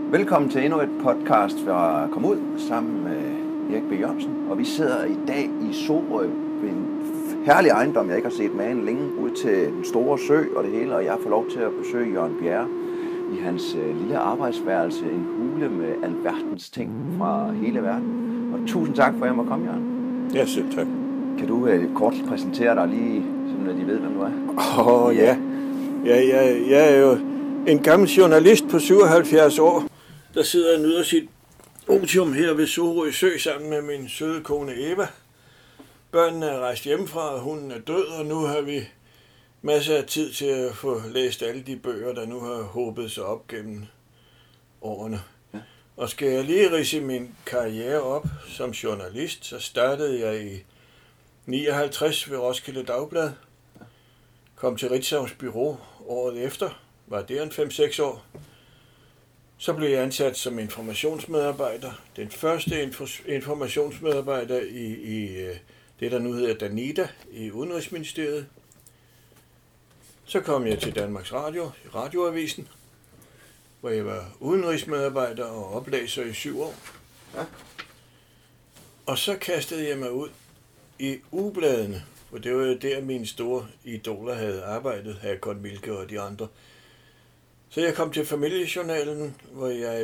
Velkommen til endnu et podcast fra Kom Ud sammen med Erik B. Jørgensen. Og vi sidder i dag i Sorø ved en herlig ejendom, jeg ikke har set magen længe, ud til den store sø og det hele. Og jeg får lov til at besøge Jørgen Bjerre i hans lille arbejdsværelse, en hule med alverdens ting fra hele verden. Og tusind tak for, at jeg må komme, Jørgen. Ja, selv tak. Kan du kort præsentere dig lige, sådan at de ved, hvem du er? Ja. Jeg er jo en gammel journalist på 77 år, der sidder og nyder sit otium her ved Sorø Sø sammen med min søde kone Eva. Børnene er rejst hjemmefra, og hunden er død, og nu har vi masser af tid til at få læst alle de bøger, der nu har håbet sig op gennem årene. Ja. Og skal jeg lige ridse min karriere op som journalist, så startede jeg i 59 ved Roskilde Dagblad. Kom til Ritzaus bureau året efter, var det en 5-6 år. Så blev jeg ansat som informationsmedarbejder. Den første informationsmedarbejder i det, der nu hedder Danida i Udenrigsministeriet. Så kom jeg til Danmarks Radio, i Radioavisen, hvor jeg var udenrigsmedarbejder og oplæser i 7 år. Ja. Og så kastede jeg mig ud i ugebladene, for det var jo der mine store idoler havde arbejdet, Hakon Milke og de andre. Så jeg kom til Familiejournalen, hvor jeg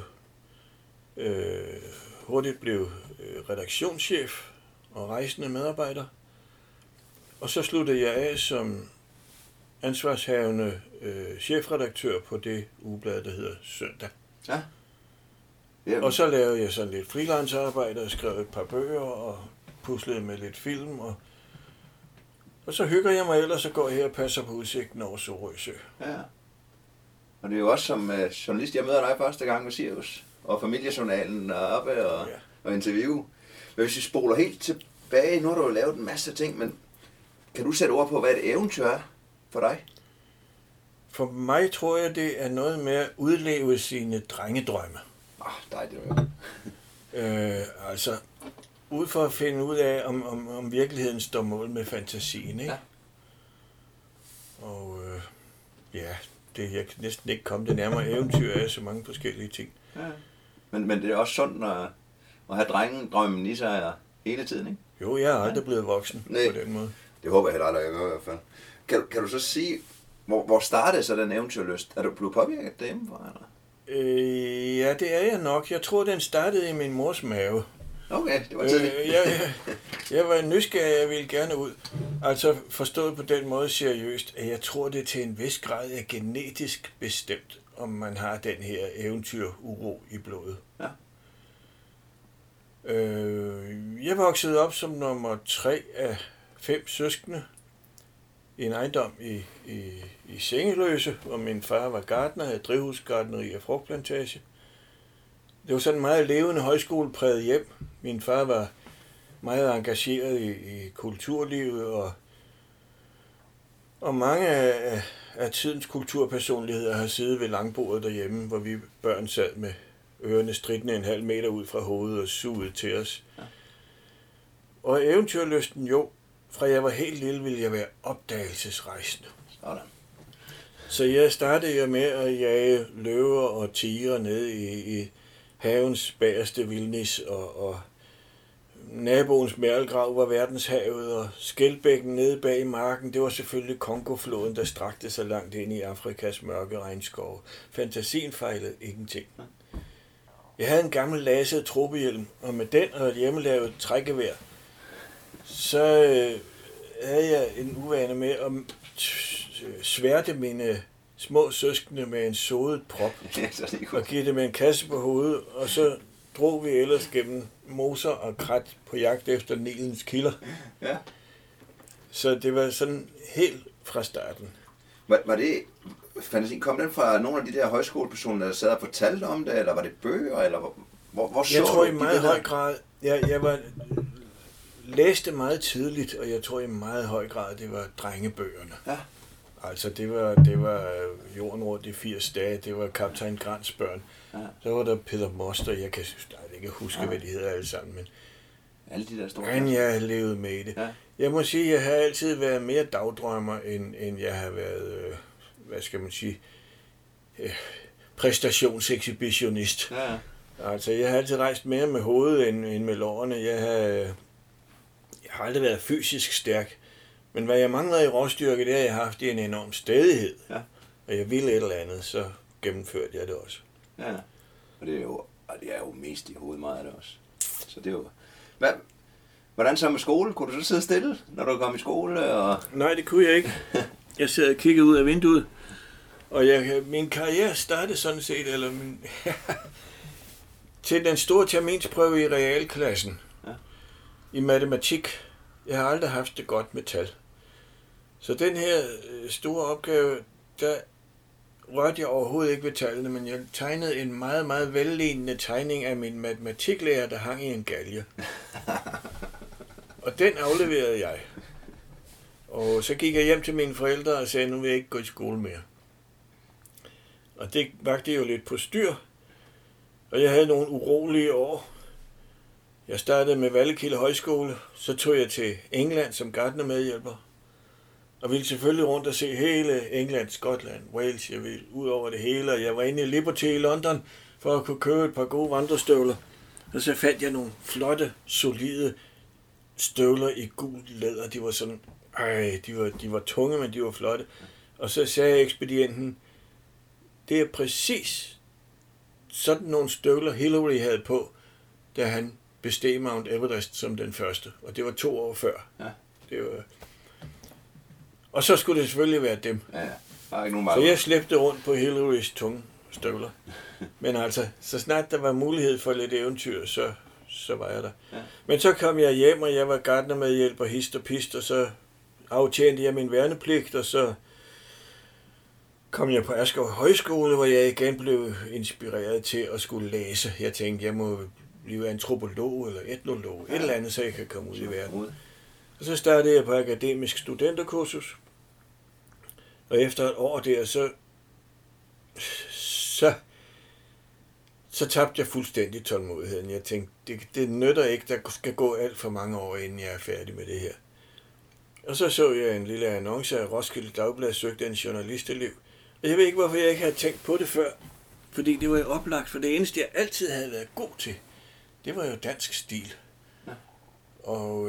hurtigt blev redaktionschef og rejsende medarbejder. Og så sluttede jeg af som ansvarshavende chefredaktør på det ugeblad, der hedder Søndag. Ja. Yep. Og så lavede jeg sådan lidt freelancearbejde og skrev et par bøger og puslede med lidt film. Og så hygger jeg mig ellers og går her og passer på udsigten over Sorø Sø. Ja. Og det er jo også som journalist, jeg møder dig første gang med Sirius og Familiejournalen og oppe og interview. Men hvis vi spoler helt tilbage, nu har du jo lavet en masse ting, men kan du sætte ord på, hvad et eventyr er for dig? For mig tror jeg, det er noget med at udleve sine drengedrømme. Dejligt. Altså, ud for at finde ud af, om virkeligheden står mål med fantasien, ikke? Ja. Og jeg kan næsten ikke komme det nærmere. Eventyr af så mange forskellige ting. Ja. Men det er også sundt at have drengedrømmen i sig hele tiden, ikke? Jo, jeg er aldrig blevet voksen på den måde. Det håber jeg heller aldrig, jeg gør i hvert fald. Kan du så sige, hvor startede så den eventyrlyst? Er du blevet påvirket derhjemmefra, eller? Ja, det er jeg nok. Jeg tror, den startede i min mors mave. Okay, det var tidligt. Jeg var nysgerrig, jeg ville gerne ud. Altså forstået på den måde seriøst, at jeg tror, det til en vis grad er genetisk bestemt, om man har den her eventyruro i blodet. Ja. Jeg voksede op som nummer 3 af 5 søskende i en ejendom i Sengeløse, hvor min far var gartner, havde drivhusgartneri og frugtplantage. Det var sådan en meget levende højskolepræget hjem. Min far var meget engageret i kulturlivet, og mange af tidens kulturpersonligheder har siddet ved langbordet derhjemme, hvor vi børn sad med ørerne stridende 1,5 meter ud fra hovedet og sugede til os. Ja. Og eventyrlysten, jo, fra jeg var helt lille, ville jeg være opdagelsesrejsende. Sådan. Så jeg startede jo med at jage løver og tigre ned i havens bagerste vildnis, og naboens mærkelgrav var verdenshavet, og skældbækken nede bag i marken, det var selvfølgelig Kongofloden, der strakte sig langt ind i Afrikas mørke regnskove. Fantasien fejlede ingenting. Jeg havde en gammel laset tropehjelm, og med den og et hjemmelavet trækgevær, så havde jeg en uvane med at sværte mine små søskende med en sodet prop, og give dem en kasse på hovedet, og så drog vi ellers gennem moser og krat på jagt efter Nilens kilder. Ja. Så det var sådan helt fra starten. Var det fantasien? Kom den fra nogle af de der højskolepersoner, der sad og fortalte om det, eller var det bøger, eller hvor så jeg tror i meget høj grad, jeg læste meget tidligt, og jeg tror i meget høj grad, det var drengebøgerne. Ja. Altså, det var Jorden rundt i 80 dage, det var Kaptajn Grants børn. Ja. Så var der Peter Moster, jeg kan ikke huske, hvad de hedder alle sammen, men alle de der store. Men jeg levede med det. Ja. Jeg må sige, at jeg har altid været mere dagdrømmer, end jeg har været, hvad skal man sige, præstationsekshibitionist. Ja. Altså, jeg har altid rejst mere med hovedet end med lårene. Jeg har aldrig været fysisk stærk. Men hvad jeg mangler i råstyrke, det har jeg haft i en enorm stædighed. Ja. Og jeg ville et eller andet, så gennemførte jeg det også. Ja, og det er jo mest i hovedet meget af det også. Så det er jo... Hvordan så med skole? Kunne du så sidde stille, når du kom i skole? Og... Nej, det kunne jeg ikke. Jeg sad og kiggede ud af vinduet. Og min karriere startede sådan set, til den store terminsprøve i realklassen. Ja. I matematik. Jeg har aldrig haft det godt med tal. Så den her store opgave, der rørte jeg overhovedet ikke ved tallene, men jeg tegnede en meget, meget vellignende tegning af min matematiklærer, der hang i en galge. Og den afleverede jeg. Og så gik jeg hjem til mine forældre og sagde, nu vil jeg ikke gå i skole mere. Og det vagte jo lidt på styr. Og jeg havde nogle urolige år. Jeg startede med Vallekilde Højskole, så tog jeg til England som gartnermedhjælper. Og ville selvfølgelig rundt og se hele England, Skotland, Wales, jeg ville ud over det hele. Og jeg var inde i Liberty i London for at kunne købe et par gode vandrestøvler. Og så fandt jeg nogle flotte, solide støvler i gul læder. De var sådan, de var tunge, men de var flotte. Og så sagde ekspedienten, det er præcis sådan nogle støvler Hillary havde på, da han besteg Mount Everest som den første. Og det var 2 år før. Ja. Det var... Og så skulle det selvfølgelig være dem. Ja, bare ikke nogen så jeg slæbte rundt på Hillarys tunge støvler. Men altså, så snart der var mulighed for lidt eventyr, så var jeg der. Ja. Men så kom jeg hjem, og jeg var gartnermedhjælper, hist og pist, og så aftjente jeg min værnepligt, og så kom jeg på Askov Højskole, hvor jeg igen blev inspireret til at skulle læse. Jeg tænkte, jeg må blive antropolog eller etnolog, et eller andet, så jeg kan komme ud i verden. Og så startede jeg på akademisk studenterkursus. Og efter et år der, så tabte jeg fuldstændig tålmodigheden. Jeg tænkte, det nytter ikke, der skal gå alt for mange år, inden jeg er færdig med det her. Og så jeg en lille annonce af Roskilde Dagblad søgte en journalistelev. Og jeg ved ikke, hvorfor jeg ikke havde tænkt på det før. Fordi det var jo oplagt, for det eneste, jeg altid havde været god til, det var jo dansk stil. Ja. Og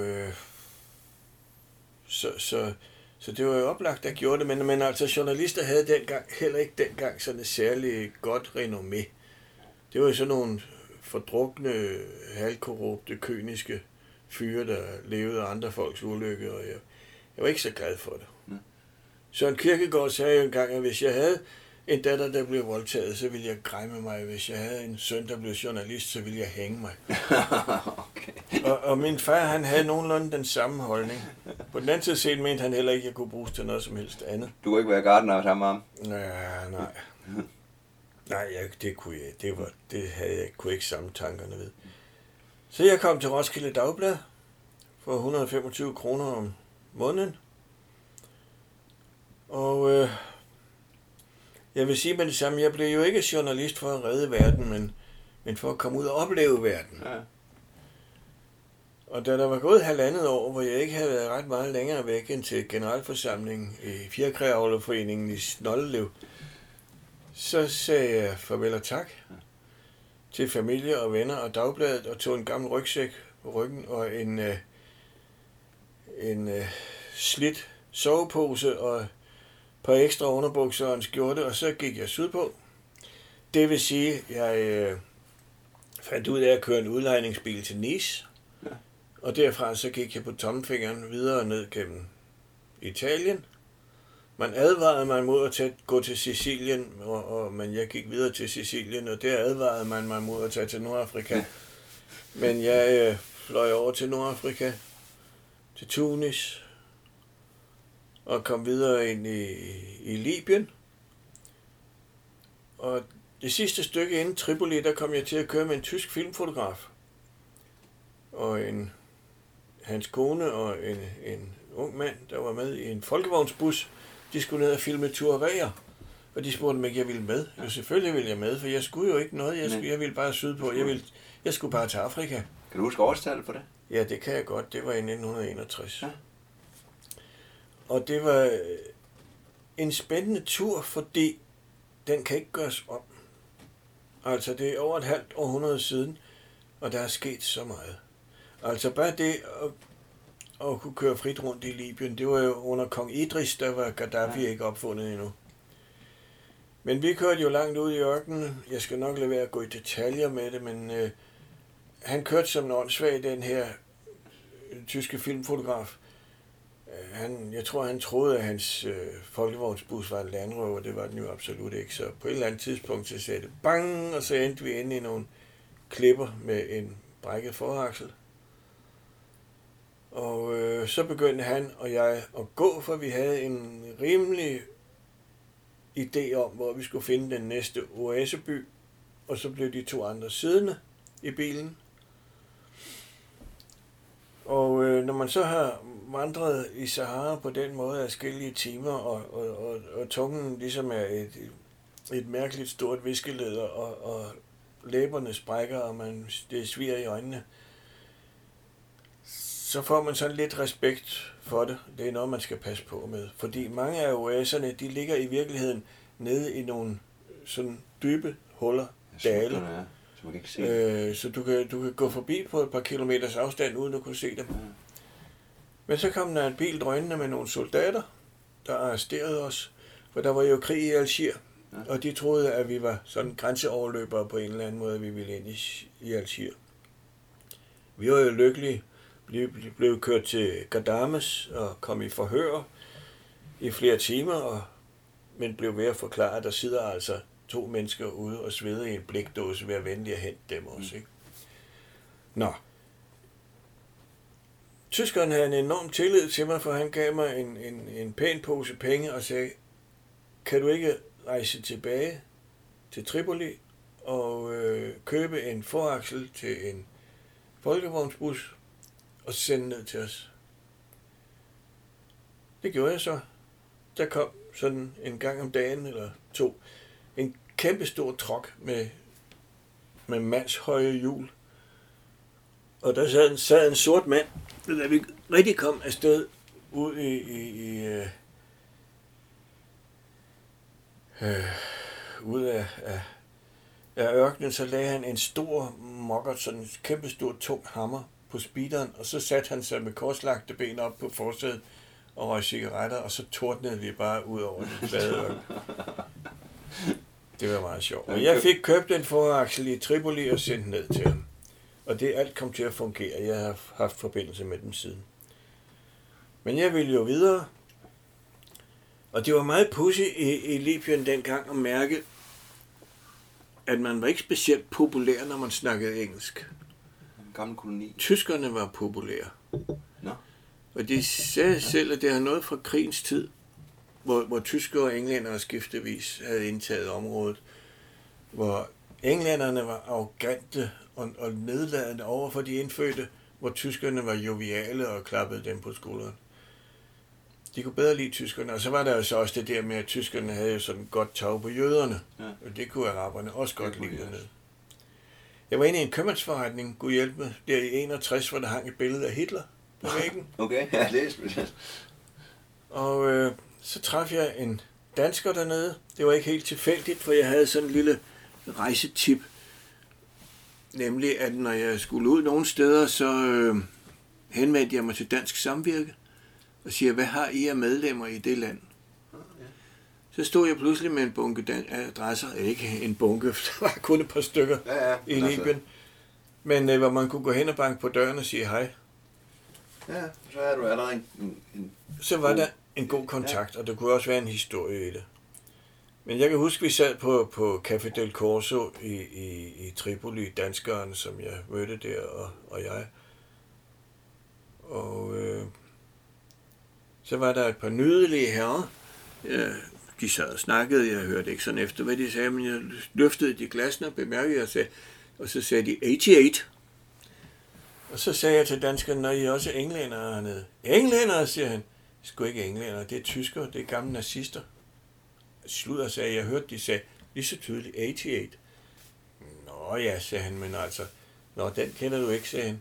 så det var jo oplagt, der gjorde det, men altså journalister havde heller ikke dengang sådan et særligt godt renommé. Det var jo sådan nogle fordrukne, halvkorrupte, kyniske fyre, der levede af andre folks ulykke, og jeg var ikke så glad for det. Mm. Søren Kierkegaard sagde jo engang, at hvis jeg havde en datter, der blev voldtaget, så ville jeg græmme mig. Hvis jeg havde en søn, der blev journalist, så ville jeg hænge mig. Okay. Og min far, han havde nogenlunde den samme holdning. På den anden side set mente han heller ikke, at jeg kunne bruges til noget som helst andet. Du kunne ikke være gartner sammen med ham? Nej. Nej, det kunne jeg. Det havde jeg kunne ikke samme tankerne ved. Så jeg kom til Roskilde Dagblad for 125 kroner om måneden. Og jeg vil sige med det samme, jeg blev jo ikke journalist for at redde verden, men for at komme ud og opleve verden. Ja. Og da der var gået 1,5 år, hvor jeg ikke havde været ret meget længere væk end til generalforsamlingen i Fjerkræavlerforeningen i Snoldelev, så sagde jeg farvel og tak til familie og venner og dagbladet, og tog en gammel rygsæk på ryggen og en slidt sovepose og et par ekstra underbukser og en skjorte, og så gik jeg sydpå. Det vil sige, jeg fandt ud af at køre en udlejningsbil til Nice, og derfra så gik jeg på tommelfingeren videre ned gennem Italien. Man advarede mig mod at gå til Sicilien, men jeg gik videre til Sicilien, og der advarede man mig mod at tage til Nordafrika. Men jeg fløj over til Nordafrika, til Tunis, og kom videre ind i Libyen. Og det sidste stykke inden Tripoli, der kom jeg til at køre med en tysk filmfotograf. Og hans kone og en ung mand, der var med i en folkevognsbus. De skulle ned og filme tuareger. Og de spurgte mig, om jeg ville med. Jo, selvfølgelig ville jeg med, for jeg skulle jo ikke noget. Jeg ville bare sydpå. Jeg skulle bare til Afrika. Kan du huske årstallet på det? Ja, det kan jeg godt. Det var i 1961. Ja. Og det var en spændende tur, fordi den kan ikke gøres om. Altså, det er over et halvt århundrede siden, og der er sket så meget. Altså, bare det at kunne køre frit rundt i Libyen, det var jo under kong Idris, der var Gaddafi ikke opfundet endnu. Men vi kørte jo langt ud i ørkenen. Jeg skal nok lade være at gå i detaljer med det, men han kørte som en åndssvag, den her tyske filmfotograf. Jeg tror, han troede, at hans folkevognsbus var en landrøver. Det var den jo absolut ikke. Så på et eller andet tidspunkt, så sagde det bang, og så endte vi inde i nogle klipper med en brækket foraksel. Og så begyndte han og jeg at gå, for vi havde en rimelig idé om, hvor vi skulle finde den næste oaseby. Og så blev de 2 andre siddende i bilen. Og når man så har vandret i Sahara på den måde af forskellige timer, og tungen ligesom er et mærkeligt stort viskeleder, og læberne sprækker, og det sviger i øjnene, så får man sådan lidt respekt for det. Det er noget, man skal passe på med. Fordi mange af oaserne, de ligger i virkeligheden nede i nogle sådan dybe huller, dale. Så man kan ikke se så du kan gå forbi på et par kilometers afstand, uden at kunne se dem. Ja. Men så kom der en bil drønende med nogle soldater, der arresterede os, for der var jo krig i Algier, og de troede, at vi var sådan grænseoverløbere på en eller anden måde, at vi ville ind i Algier. Vi var jo lykkelige, blev kørt til Ghadames og kom i forhør i flere timer, men blev ved at forklare, at der sidder altså 2 mennesker ude og sveder i en blikdåse, være venlig at hente dem også, ikke? Nå. Tyskeren havde en enorm tillid til mig, for han gav mig en pæn pose penge og sagde, kan du ikke rejse tilbage til Tripoli og købe en foraksel til en folkevognsbus og sende ned til os? Det gjorde jeg så. Der kom sådan en gang om dagen eller 2 en kæmpestor truck med mandshøje hjul. Og der sad en sort mand, da vi rigtig kom afsted ud ud af ørkenen, så lagde han en stor mokker, sådan en kæmpestor tung hammer på speederen, og så satte han sig med korslagte ben op på forsædet og røg cigaretter, og så tordnede vi bare ud over den flade ørken. Det var meget sjovt. Og jeg fik købt en foraksel i Tripoli og sendt ned til ham. Og det alt kom til at fungere. Jeg har haft forbindelse med dem siden. Men jeg ville jo videre. Og det var meget pudsigt i Libyen dengang at mærke, at man var ikke specielt populær, når man snakkede engelsk. En gammel koloni. Tyskerne var populære. Nå. Og de sagde selv, at det har noget fra krigens tid, hvor tyskere og englændere skiftevis havde indtaget området, hvor englænderne var arrogante og nedladende over for de indfødte, hvor tyskerne var joviale og klappede dem på skulderen. De kunne bedre lide tyskerne, og så var der jo så også det der med, at tyskerne havde jo sådan godt tag på jøderne, og det kunne araberne også godt lide dernede. Jeg var inde i en købmandsforretning, Gud hjælpe mig, der i 61, hvor der hang et billede af Hitler på væggen. Okay, ja, det er specielt. Og så traf jeg en dansker dernede. Det var ikke helt tilfældigt, for jeg havde sådan en lille rejsetip. Nemlig, at når jeg skulle ud nogle steder, så henvendte jeg mig til Dansk Samvirke og siger, hvad har I af medlemmer i det land? Så stod jeg pludselig med en bunke adresser. Ikke en bunke, der var kun et par stykker i Libyen. Men hvor man kunne gå hen og banke på døren og sige hej. Ja, så er du allerede så var der en god kontakt, og der kunne også være en historie i det. Men jeg kan huske, vi sad på Café del Corso i Tripoli, danskeren, som jeg mødte der, og jeg. Og så var der et par nydelige herrer. De sad og snakkede, jeg hørte ikke sådan efter, hvad de sagde, men jeg løftede de glasene og bemærkede, og så sagde de 88. Og så sagde jeg til danskerne, når I er også englændere hernede. Englændere, siger han. Sgu ikke englændere, det er tyskere, det er gamle nazister. Sludder, sagde jeg, hørte de sagde, lige så tydeligt, 88. Nå ja, sagde han, men altså, nå, den kender du ikke, sagde han.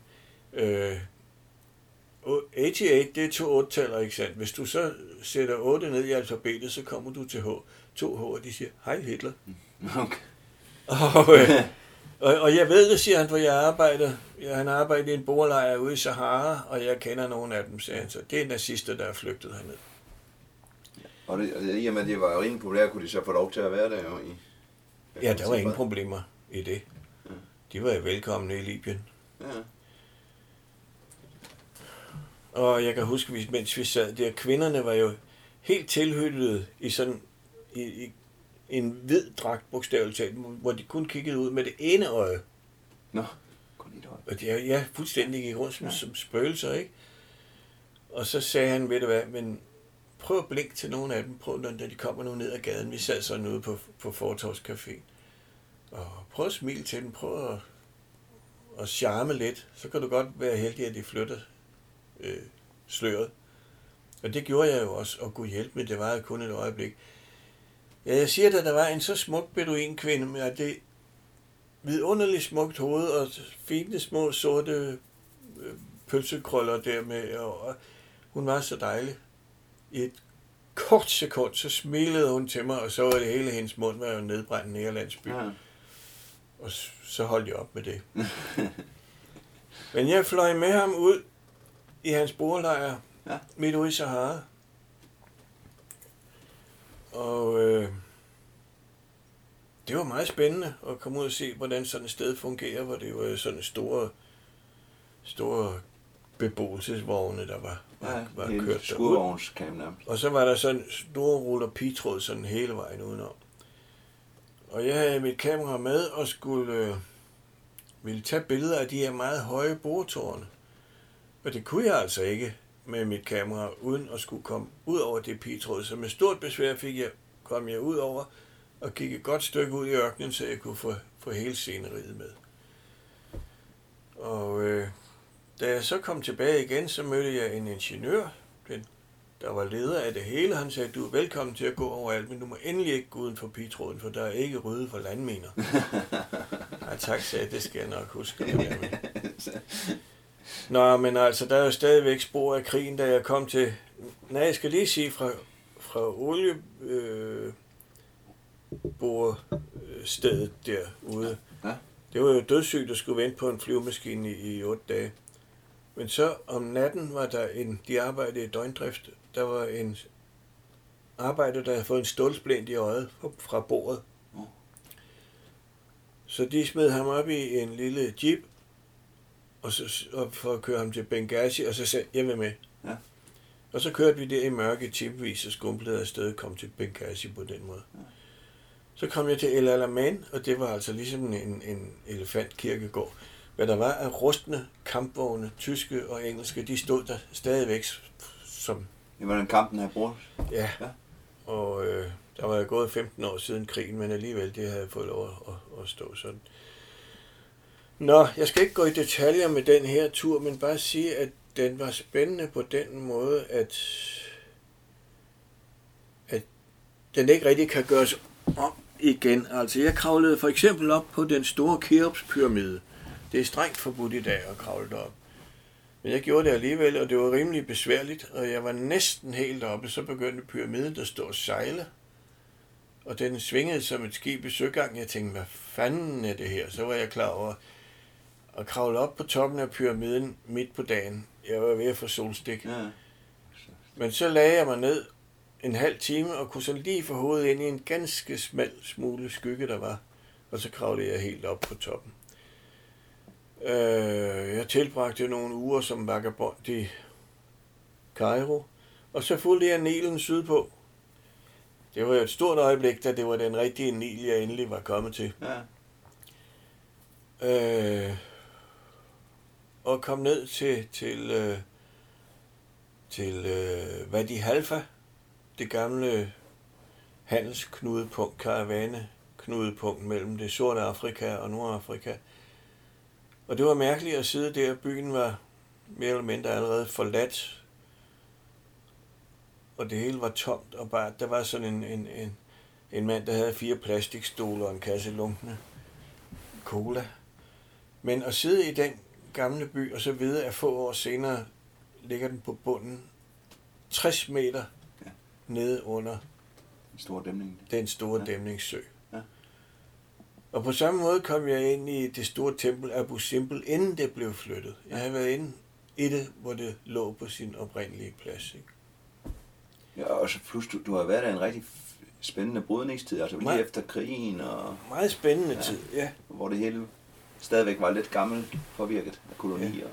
88, det er 2 8-taller, ikke sandt? Hvis du så sætter 8 ned i alfabetet, så kommer du til H. 2 H, og de siger, hej Hitler. Okay. Og jeg ved det, siger han, for jeg arbejder. Han arbejder i en borelejr ude i Sahara, og jeg kender nogle af dem, sagde han. Så det er nazister, der er flygtet herned. Og i og med, at det var jo rimelig populært, kunne de så få lov til at være der jo i? Ja, der var ingen problemer i det. Ja. De var jo velkomne i Libyen. Ja. Og jeg kan huske, mens vi sad der, kvinderne var jo helt tilhyllet i sådan i en hvid dragt, bogstaveligt talt, hvor de kun kiggede ud med det ene øje. Nå, kun et øje. Og de fuldstændig gik rundt som spøgelser, ikke? Og så sagde han, ved du hvad, men prøv at blinke til nogle af dem, prøv, når de kommer nu ned ad gaden. Vi sad sådan ude på Fortovs Café. Og prøv at smile til dem, prøv at charme lidt, så kan du godt være heldig, at de flytter sløret. Og det gjorde jeg jo også, og kunne hjælpe med, det var kun et øjeblik. Ja, jeg siger, at der var en så smuk beduinkvinde med det vidunderligt smukt hoved og fine små sorte pølsekrøller der med, og hun var så dejlig. I et kort sekund, så smilede hun til mig, og så var det hele hendes mund var jo nedbrændt nede i landsby. Ja. Og så holdt jeg op med det. Men jeg fløj med ham ud i hans borelejr, midt ude i Sahara. Og det var meget spændende at komme ud og se, hvordan sådan et sted fungerer, hvor det var sådan store beboelsesvogne, der var kørt derud. Og så var der sådan store ruller pigtråd sådan hele vejen udenom. Og jeg havde mit kamera med og ville tage billeder af de her meget høje boretårne. Og det kunne jeg altså ikke med mit kamera, uden at skulle komme ud over det pigtråd. Så med stort besvær kom jeg ud over og gik et godt stykke ud i ørkenen, så jeg kunne få hele sceneriet med. Og da jeg så kom tilbage igen, så mødte jeg en ingeniør, der var leder af det hele. Han sagde, du er velkommen til at gå overalt, men du må endelig ikke gå uden for pigtråden, for der er ikke ryddet for landminer. Ja, tak, sagde jeg, det skal jeg nok huske. Nå, men altså, der er jo stadigvæk spor af krigen, da jeg kom til... Nej, jeg skal lige sige, fra olieborestedet derude. Ja. Det var jo dødssygt at skulle vente på en flyvemaskine i 8 dage. Men så om natten var der de arbejdede i døgndrift, der var en arbejder, der havde fået en stålsplint i øjet fra bordet. Så de smed ham op i en lille jeep, og for at køre ham til Benghazi, og så sagde jeg med. Ja. Og så kørte vi der i mørke tipvis og skumplede afsted og kom til Benghazi på den måde. Ja. Så kom jeg til El Alamein, og det var altså ligesom en elefantkirkegård. Hvad der var af rustne kampvogne, tyske og engelske, de stod der stadigvæk som... Det var den kampen her brugt? Ja. Og der var jo gået 15 år siden krigen, men alligevel det havde jeg fået lov at stå sådan. Nå, jeg skal ikke gå i detaljer med den her tur, men bare sige, at den var spændende på den måde, at den ikke rigtig kan gøres om igen. Altså, jeg kravlede for eksempel op på den store Keops-pyramide. Det er strengt forbudt i dag at kravle derop. Men jeg gjorde det alligevel, og det var rimelig besværligt, og jeg var næsten helt oppe, så begyndte pyramiden at stå og sejle. Og den svingede som et skib i søgang. Jeg tænkte, hvad fanden er det her? Så var jeg klar over at kravle op på toppen af pyramiden midt på dagen. Jeg var ved at få solstik. Ja. Men så lagde jeg mig ned en halv time, og kunne så lige få hovedet ind i en ganske smal smule skygge, der var. Og så kravlede jeg helt op på toppen. Jeg tilbragte nogle uger som vagabond i Kairo, og så fulgte jeg Nilen sydpå. Det var jo et stort øjeblik, da det var den rigtige Nil, jeg endelig var kommet til. Ja. Og kom ned til Wadi Halfa, det gamle handelsknudepunkt, karavaneknudepunkt mellem det sorte Afrika og Nordafrika. Og det var mærkeligt at sidde der. Byen var mere eller mindre allerede forladt. Og det hele var tomt. Og bare, der var sådan en mand, der havde 4 plastikstole og en kasse lunkne cola. Men at sidde i den gamle by, og så vide, at få år senere ligger den på bunden 60 meter nede under den store dæmning. Den store dæmningssø. Ja. Og på samme måde kom jeg ind i det store tempel Abu Simbel, inden det blev flyttet. Jeg havde været inde i det, hvor det lå på sin oprindelige plads. Ikke? Ja, og så plus du har været der en rigtig spændende brydningstid, altså lige efter krigen. Og meget spændende tid, ja. Hvor det hele stadigvæk var lidt gammelt påvirket af kolonier.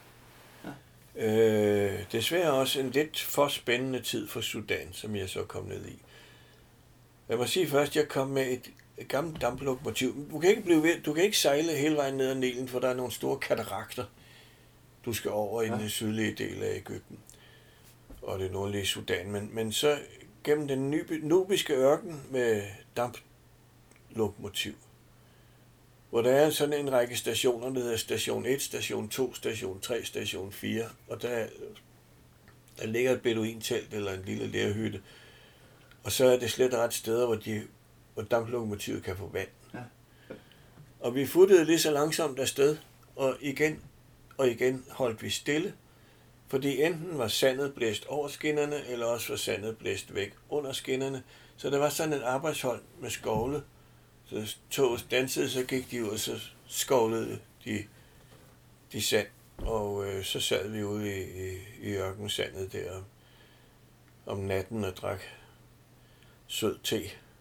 Ja. Desværre også en lidt for spændende tid for Sudan, som jeg så kom ned i. Jeg må sige først, at jeg kom med et gammelt damplokomotiv. Du kan ikke sejle hele vejen ned ad Nilen, for der er nogle store katarakter, du skal over i den sydlige del af Egypten og det nordlige Sudan. Men så gennem den nubiske ørken med damplokomotiv, hvor der er sådan en række stationer, der hedder station 1, station 2, station 3, station 4, og der ligger et beduintelt eller en lille lerhytte, og så er det slet ret steder, hvor damplokomotivet kan få vand. Ja. Og vi futtede lige så langsomt afsted, og igen holdt vi stille, fordi enten var sandet blæst over skinnerne, eller også var sandet blæst væk under skinnerne. Så der var sådan et arbejdshold med skovle. Så toget dansede, så gik de ud, og så skovlede de sand. Og så sad vi ude i ørkensandet der om natten og drak sød te.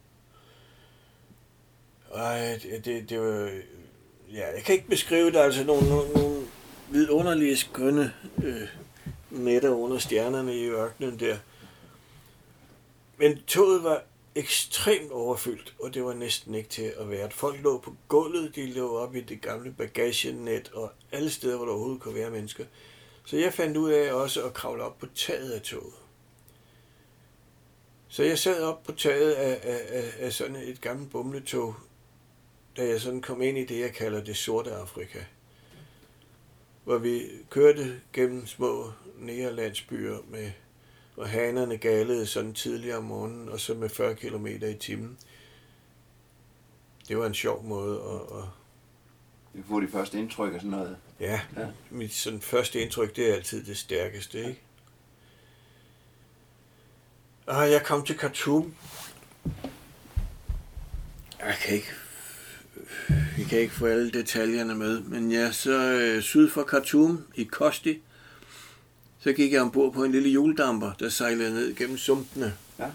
Og det var... Ja, jeg kan ikke beskrive det, altså nogle vidunderlige skønne nætter under stjernerne i ørkenen der. Men toget var ekstremt overfyldt, og det var næsten ikke til at være. Folk lå på gulvet, de lå op i det gamle bagagenet, og alle steder, hvor der overhovedet kunne være mennesker. Så jeg fandt ud af også at kravle op på taget af toget. Så jeg sad op på taget af sådan et gammelt bumletog, da jeg sådan kom ind i det, jeg kalder det sorte Afrika. Hvor vi kørte gennem små nærlandsbyer med, og hanerne galede sådan tidligere om morgenen, og så med 40 km i timen. Det var en sjov måde at... Du får de første indtryk af sådan noget. Ja, mit sådan første indtryk, det er altid det stærkeste, ikke? Og jeg kom til Khartoum. Vi kan ikke få alle detaljerne med, men jeg så syd for Khartoum i Kosti, så gik jeg ombord på en lille hjuldamper, der sejlede ned gennem sumpene. Ja.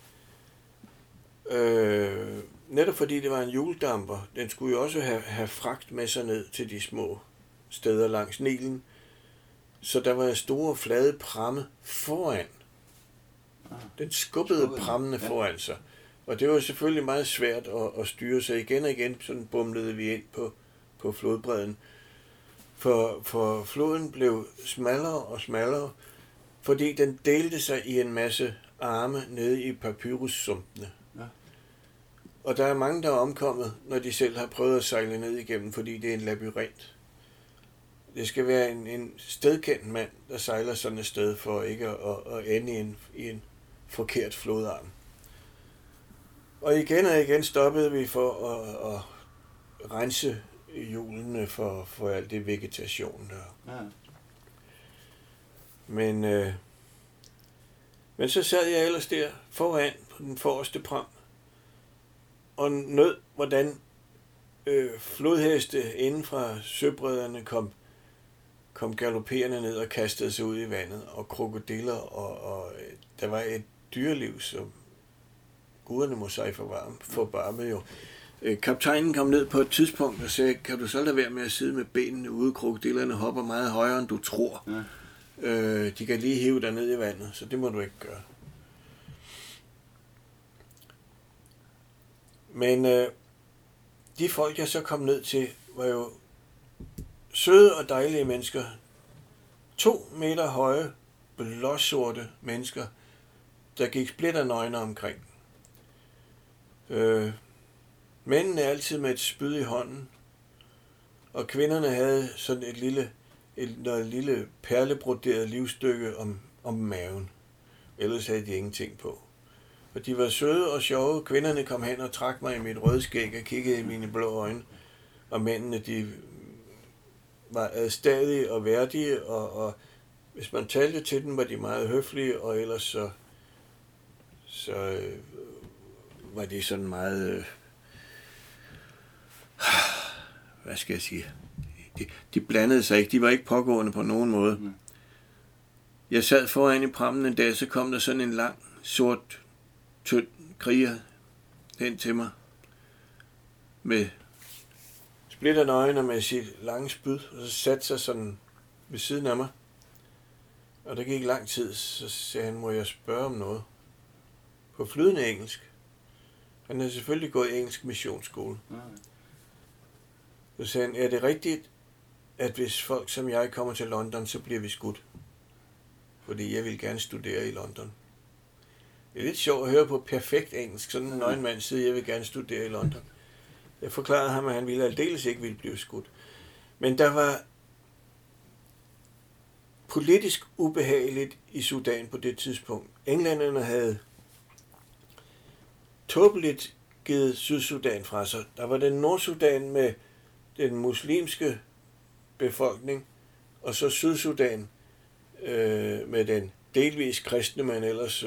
Netop fordi det var en hjuldamper, den skulle jo også have fragt med sig ned til de små steder langs Nilen, så der var store flade pramme foran. Den skubbede prammene foran sig. Og det var selvfølgelig meget svært at styre sig igen og igen, sådan bumlede vi ind på flodbredden. For floden blev smallere og smallere, fordi den delte sig i en masse arme nede i papyrussumpene. Ja. Og der er mange, der er omkommet, når de selv har prøvet at sejle ned igennem, fordi det er en labyrint. Det skal være en stedkendt mand, der sejler sådan et sted for ikke at ende i en forkert flodarm. Og igen stoppede vi for at rense hjulene for alt det vegetation der. Ja. Men så sad jeg ellers der foran på den forreste pram og nød, hvordan flodheste inden fra søbredderne kom galopperende ned og kastede sig ud i vandet, og krokodiller, og der var et dyreliv, som guderne må sig forbarme jo. Kaptajnen kom ned på et tidspunkt og sagde, kan du så lade være med at sidde med benene ude, krokodillerne hopper meget højere, end du tror. Ja. De kan lige hive dig ned i vandet, så det må du ikke gøre. Men de folk, jeg så kom ned til, var jo søde og dejlige mennesker. 2 meter høje, blåsorte mennesker, der gik splitternøgne omkring. Mændene altid med et spyd i hånden, og kvinderne havde sådan et lille perlebroderet livstykke om maven. Ellers havde de ingenting på. Og de var søde og sjove. Kvinderne kom hen og trak mig i mit røde skæg og kiggede i mine blå øjne. Og mændene, de var adstadige og værdige, og hvis man talte til dem, var de meget høflige, og ellers så var de sådan meget hvad skal jeg sige, de blandede sig ikke, de var ikke pågående på nogen måde. Mm. Jeg sad foran i prammen en dag, så kom der sådan en lang, sort, tynd kriger hen til mig, med splitterne øjne og med sit lange spyd, og så satte sig sådan ved siden af mig. Og der gik lang tid, så sagde han, må jeg spørge om noget? På flydende engelsk. Han havde selvfølgelig gået i engelsk missionsskole. Så sagde han, er det rigtigt, at hvis folk som jeg kommer til London, så bliver vi skudt? Fordi jeg vil gerne studere i London. Det er lidt sjovt at høre på perfekt engelsk. Sådan en nøgen mand siger, jeg vil gerne studere i London. Jeg forklarede ham, at han ville aldeles ikke ville blive skudt. Men der var politisk ubehageligt i Sudan på det tidspunkt. Englænderne havde tåbeligt givet Sydsudan fra sig. Der var den Nordsudan med den muslimske befolkning, og så Sydsudan med den delvis kristne, men ellers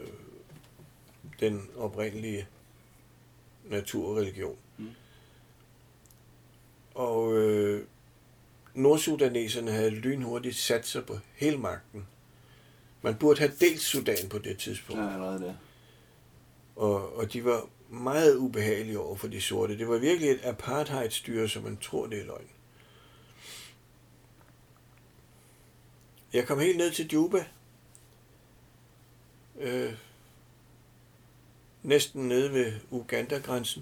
den oprindelige naturreligion. Mm. Og nordsudaneserne havde lynhurtigt sat sig på hele magten. Man burde have delt Sudan på det tidspunkt. Ja, allerede det. Og de var meget ubehagelige over for de sorte. Det var virkelig et apartheidstyre, som man tror, det er løgn. Jeg kom helt ned til Juba. Næsten nede ved Uganda-grænsen.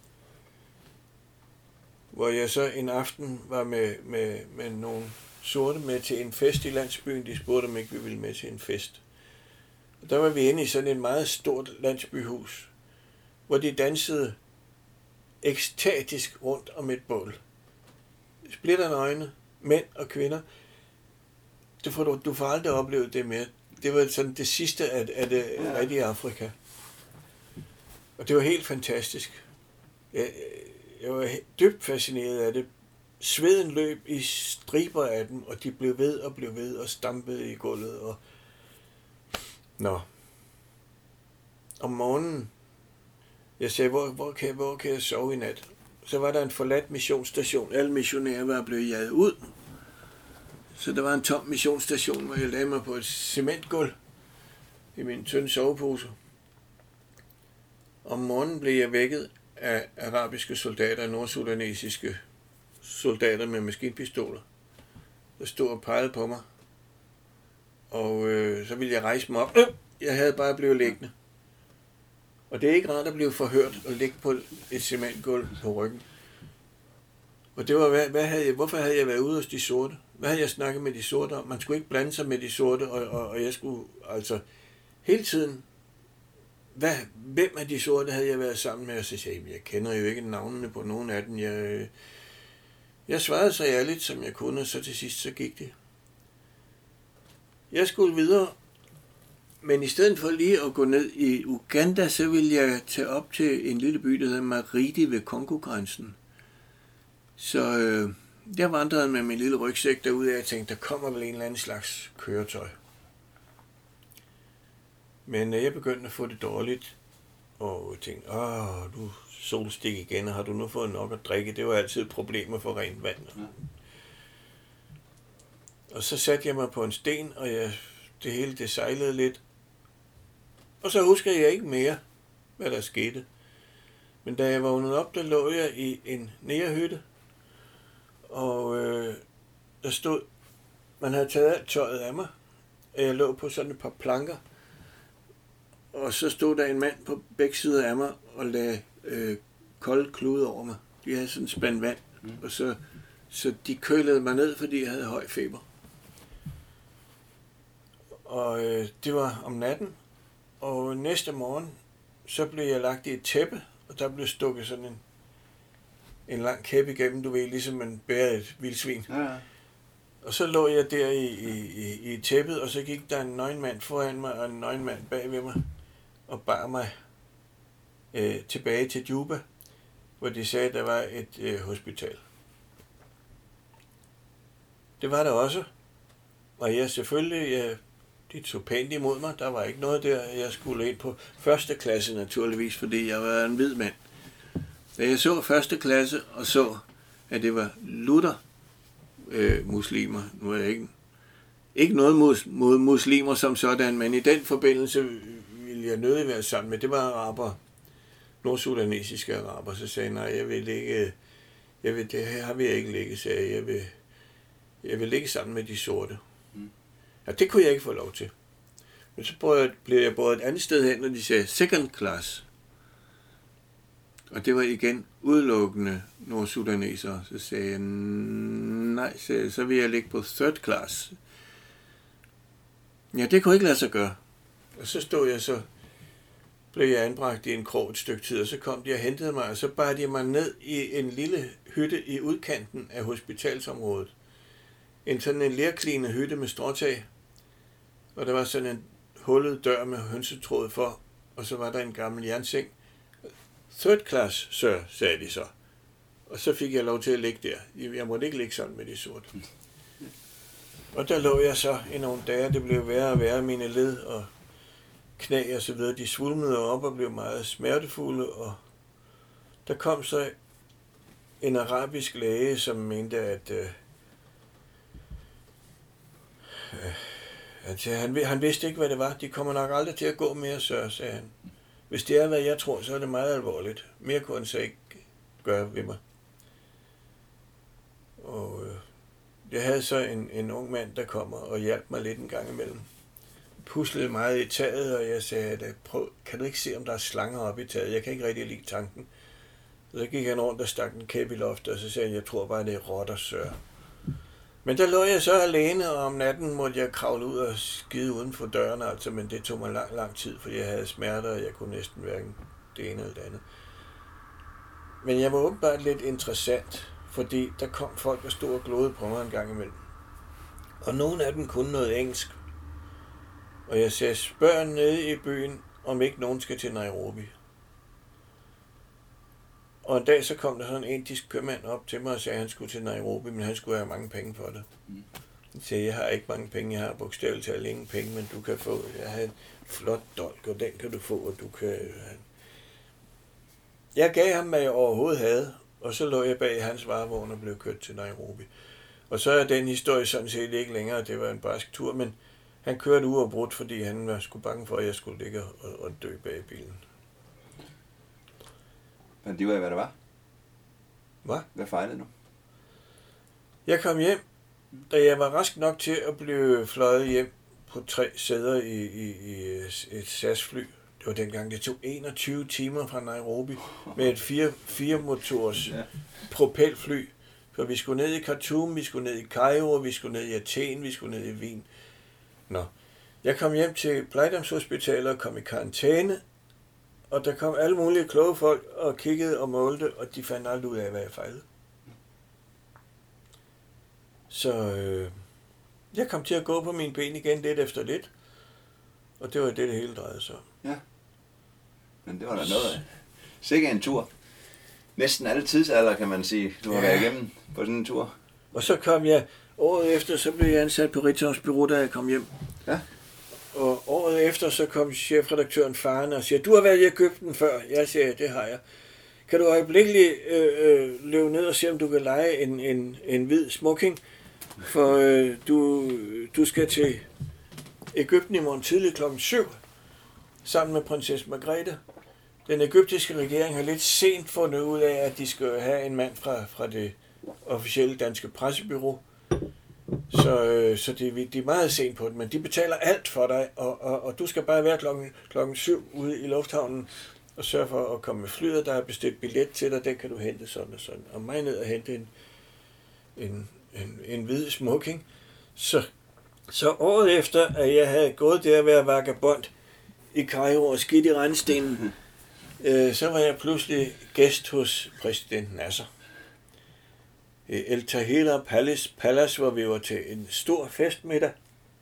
Hvor jeg så en aften var med nogle sorte med til en fest i landsbyen. De spurgte, om ikke vi ville med til en fest. Og der var vi inde i sådan et meget stort landsbyhus, hvor de dansede ekstatisk rundt om et bål. Splitterne øjne, mænd og kvinder. Du får aldrig oplevet det mere. Det var sådan det sidste af det rigtige Afrika. Og det var helt fantastisk. Jeg var dybt fascineret af det. Sveden løb i striber af dem, og de blev ved og stampede i gulvet. Og om morgenen, jeg sagde, hvor kan jeg sove i nat? Så var der en forladt missionsstation. Alle missionærer var blevet jaget ud. Så der var en tom missionsstation, hvor jeg lagde mig på et cementgulv i min tynde sovepose. Om morgenen blev jeg vækket af arabiske soldater, nordsudanesiske soldater med maskinpistoler, der stod og pegede på mig. Og så ville jeg rejse mig op. Jeg havde bare blevet liggende. Og det er ikke rart at blive forhørt og ligge på et cementgulv på ryggen. Og det var, hvorfor havde jeg været ude hos de sorte? Hvad havde jeg snakket med de sorte om? Man skulle ikke blande sig med de sorte, og jeg skulle altså hele tiden. Hvem af de sorte havde jeg været sammen med? Og så sagde jeg kender jo ikke navnene på nogen af dem. Jeg svarede så ærligt, som jeg kunne, og så til sidst så gik det. Jeg skulle videre, men i stedet for lige at gå ned i Uganda, så ville jeg tage op til en lille by, der hedder Maridi ved Kongo-grænsen. Så jeg vandrede med min lille rygsæk derude, og jeg tænkte, der kommer vel en eller anden slags køretøj. Men jeg begyndte at få det dårligt, og tænkte, du solstik igen, og har du nu fået nok at drikke? Det var altid et problem at få rent vand. Ja. Og så satte jeg mig på en sten, og det hele det sejlede lidt. Og så husker jeg ikke mere, hvad der skete. Men da jeg vågnede op, der lå jeg i en nærhytte, og der stod, man havde taget alt tøjet af mig, og jeg lå på sådan et par planker, og så stod der en mand på begge sider af mig og lagde kolde klude over mig. De havde sådan en spand vand, og så de kølede mig ned, fordi jeg havde høj feber. Og det var om natten, og næste morgen, så blev jeg lagt i et tæppe, og der blev stukket sådan en lang kæppe igennem, du ved, ligesom man bærer et vildsvin. Ja. Og så lå jeg der i tæppet, og så gik der en nøgenmand foran mig, og en nøgenmand bag ved mig, og bar mig tilbage til Juba, hvor de sagde, at der var et hospital. Det var der også, og jeg selvfølgelig, de tog pænt imod mig. Der var ikke noget der, jeg skulle ind på første klasse naturligvis, fordi jeg var en hvid mand. Da jeg så første klasse og så at det var Luther muslimer. Nu er jeg ikke noget mod muslimer som sådan, men i den forbindelse ville jeg nødig være sammen med. Det var araber, nordsudanesiske araber. Så sagde jeg, nej, det her vil jeg ikke ligge, sagde jeg vil ligge sammen med de sorte. Ja, det kunne jeg ikke få lov til. Men så blev jeg båret et andet sted hen, og de sagde second class. Og det var igen udelukkende nordsudanesere. Så sagde jeg, nej, så vil jeg ligge på third class. Ja, det kunne ikke lade sig gøre. Og så blev jeg anbragt i en krog et stykke tid, og så kom de og hentede mig, og så bar de mig ned i en lille hytte i udkanten af hospitalsområdet. Sådan en lerklinet hytte med stråtag, og der var sådan en hullet dør med hønsetråd for, og så var der en gammel jernseng. Third class, sir, sagde de så. Og så fik jeg lov til at ligge der. Jeg måtte ikke ligge sådan med de sorte. Og der lå jeg så i nogle dage, det blev værre og værre, mine led og knæ og så videre, de svulmede op og blev meget smertefulde, og der kom så en arabisk læge, som mente, at han vidste ikke, hvad det var. De kommer nok aldrig til at gå mere, så sagde han. Hvis det er, hvad jeg tror, så er det meget alvorligt. Mere kunne han så ikke gøre ved mig. Og jeg havde så en ung mand, der kommer og hjalp mig lidt en gang imellem. Puslede meget i taget, og jeg sagde, kan du ikke se, om der er slanger oppe i taget? Jeg kan ikke rigtig lide tanken. Så gik han rundt og stak en kæp i loftet, og så sagde jeg tror bare, det er rotter, sør. Men der lå jeg så alene, og om natten måtte jeg kravle ud og skide uden for dørene, altså, men det tog mig lang tid, fordi jeg havde smerter, og jeg kunne næsten hverken det ene eller det andet. Men jeg var åbenbart lidt interessant, fordi der kom folk og stod og glodede på mig en gang imellem. Og nogle af dem kunne noget engelsk. Og jeg sagde, spørg nede i byen, om ikke nogen skal til Nairobi. Og en dag så kom der sådan en indisk købmand op til mig og sagde, at han skulle til Nairobi, men han skulle have mange penge for det. Jeg sagde, jeg har ikke mange penge, jeg har bogstaveligt talt ingen penge, men du kan få, jeg har en flot dolk, og den kan du få, og du kan... Jeg gav ham, hvad jeg overhovedet havde, og så lå jeg bag hans varevogn og blev kørt til Nairobi. Og så er den historie sådan set ikke længere, det var en barsk tur, men han kørte uafbrudt, fordi han var sgu bange for, at jeg skulle ligge og dø bag bilen. Men det var hvad det var? Hvad? Hvad fejlede du? Jeg kom hjem, da jeg var rask nok til at blive fløjet hjem på 3 sæder i et SAS-fly. Det var dengang, det tog 21 timer fra Nairobi med et 4-motors propelfly. For vi skulle ned i Khartoum, vi skulle ned i Kairo, vi skulle ned i Athen, vi skulle ned i Wien. Nå. Jeg kom hjem til plejehjemshospitalet og kom i karantæne, og der kom alle mulige kloge folk og kiggede og målte, og de fandt aldrig ud af, hvad jeg fejlede. Så jeg kom til at gå på mine ben igen lidt efter lidt, og det var det hele drejede sig. Ja, men det var da noget af. Sikke en tur. Næsten alle tidsalder, kan man sige, du har været igennem på sådan en tur. Og så kom jeg, året efter, så blev jeg ansat på Ritzaus Bureau, da jeg kom hjem. Ja. Og året efter, så kom chefredaktøren Faren og siger, du har været i Egypten før. Jeg siger, det har jeg. Kan du øjeblikkeligt løbe ned og se, om du kan lege en hvid smoking? For du skal til Egypten i morgen tidlig kl. 7, sammen med prinsesse Margrethe. Den egyptiske regering har lidt sent fundet ud af, at de skal have en mand fra det officielle danske pressebyrå. Så de er meget sent på det, men de betaler alt for dig, og du skal bare være klokken 7 ude i lufthavnen og sørge for at komme med flyet. Der er bestilt billet til dig, den kan du hente sådan og sådan. Og mig ned og hente en hvid smoking. Så året efter, at jeg havde gået der at være vagabond i Kairo og skidt i randstenen, så var jeg pludselig gæst hos præsident Nasser. El Tahira Palace, hvor vi var til en stor festmiddag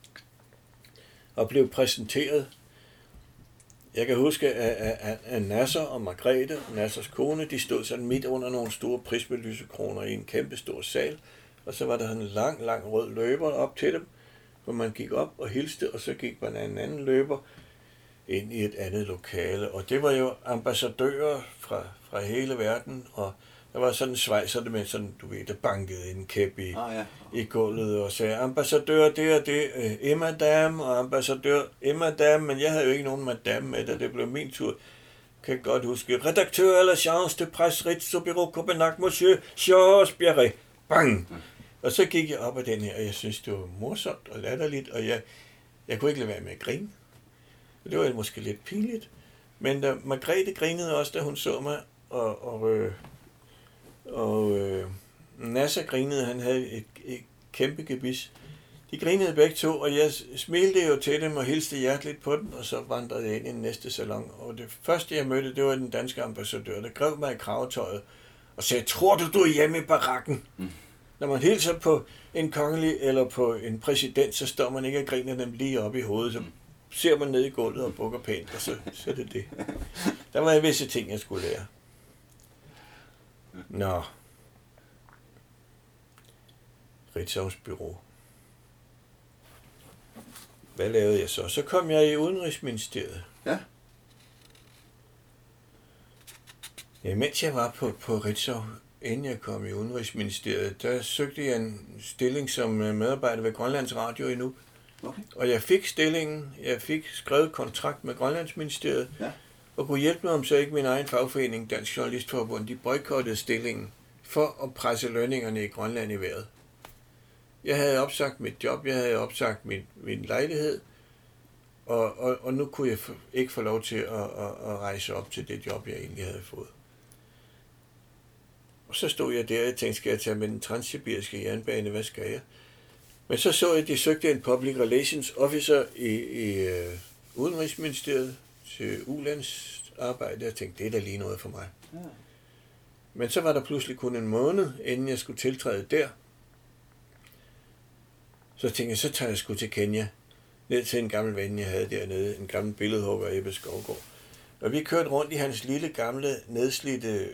og blev præsenteret. Jeg kan huske, at Nasser og Margrethe, Nassers kone, de stod sådan midt under nogle store prismelysekroner i en kæmpe stor sal, og så var der en lang rød løber op til dem, hvor man gik op og hilste, og så gik man af en anden løber ind i et andet lokale. Og det var jo ambassadører fra hele verden, og Der var sådan en svejser, med sådan, du ved, der bankede en kæp i gulvet og sagde, ambassadør, det og det, madame, og ambassadør, madame, men jeg havde jo ikke nogen madame med, da det blev min tur. Kan jeg godt huske. Redaktør à l'agence de presse Ritz Bureau Copenhague, monsieur Georges Bjerre. Bang! Og så gik jeg op ad den her, og jeg synes, det var morsomt og latterligt, og jeg kunne ikke lade være med at grine. Og det var måske lidt pinligt. Men Margrethe grinede også, da hun så mig, og Nasser grinede, han havde et kæmpe gebis. De grinede begge to, og jeg smilte jo til dem og hilste hjerteligt på dem, og så vandrede jeg ind i den næste salon. Og det første, jeg mødte, det var den danske ambassadør, der greb mig i kravetøjet og sagde, tror du er hjemme i barakken? Når man hilser på en kongelig eller på en præsident, så står man ikke og griner dem lige op i hovedet, så ser man ned i gulvet og bukker pænt, og så er det det. Der var visse ting, jeg skulle lære. Nå. Ritzaus bureau. Hvad lavede jeg så? Så kom jeg i Udenrigsministeriet. Ja. Ja, mens jeg var på Ritzau, inden jeg kom i Udenrigsministeriet, der søgte jeg en stilling som medarbejder ved Grønlands Radio i Nuuk. Okay. Og jeg fik stillingen, jeg fik skrevet kontrakt med Grønlandsministeriet, og kunne hjælpe mig om så ikke min egen fagforening, Dansk Journalistforbund, de boykottede stillingen for at presse lønningerne i Grønland i vejret. Jeg havde opsagt mit job, jeg havde opsagt min lejlighed, og nu kunne jeg ikke få lov til at rejse op til det job, jeg egentlig havde fået. Og så stod jeg der og tænkte, skal jeg tage med den transsibiriske jernbane, hvad skal jeg? Men så jeg, at de søgte en Public Relations Officer i Udenrigsministeriet til ulandsarbejde. Jeg tænkte, det er da lige noget for mig. Ja. Men så var der pludselig kun en måned, inden jeg skulle tiltræde der. Så tænkte jeg, så tager jeg sgu til Kenya, ned til en gammel ven, jeg havde dernede, en gammel billedhugger, Ebbe Skovgaard. Og vi kørte rundt i hans lille, gamle, nedslidte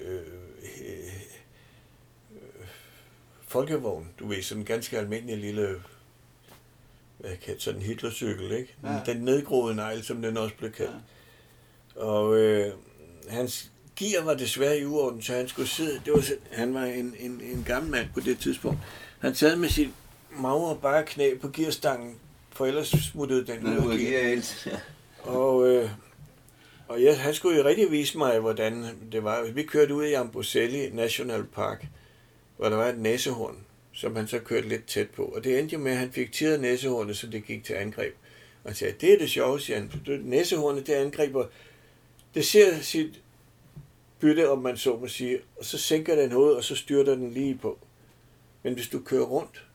folkevogn. Du ved, sådan en ganske almindelig lille, sådan en Hitlercykel, ikke? Ja. Den nedgroede negl, som den også blev kaldt. Ja. Og hans gear var desværre i uorden, så han skulle sidde, han var en gammel mand på det tidspunkt. Han sad med sit magre bare knæ på gearstangen, for ellers smuttede den ud af gear. Og han skulle jo rigtig vise mig, hvordan det var. Vi kørte ud i Amboseli National Park, hvor der var et næsehorn, som han så kørte lidt tæt på. Og det endte jo med, at han fik tirret næsehornet, så det gik til angreb. Og han sagde, det er det sjove, siger han. Næsehornet, det angriber, det ser sit bytte, om man så må sige, og så sænker den hovedet, og så styrter den lige på. Men hvis du kører rundt,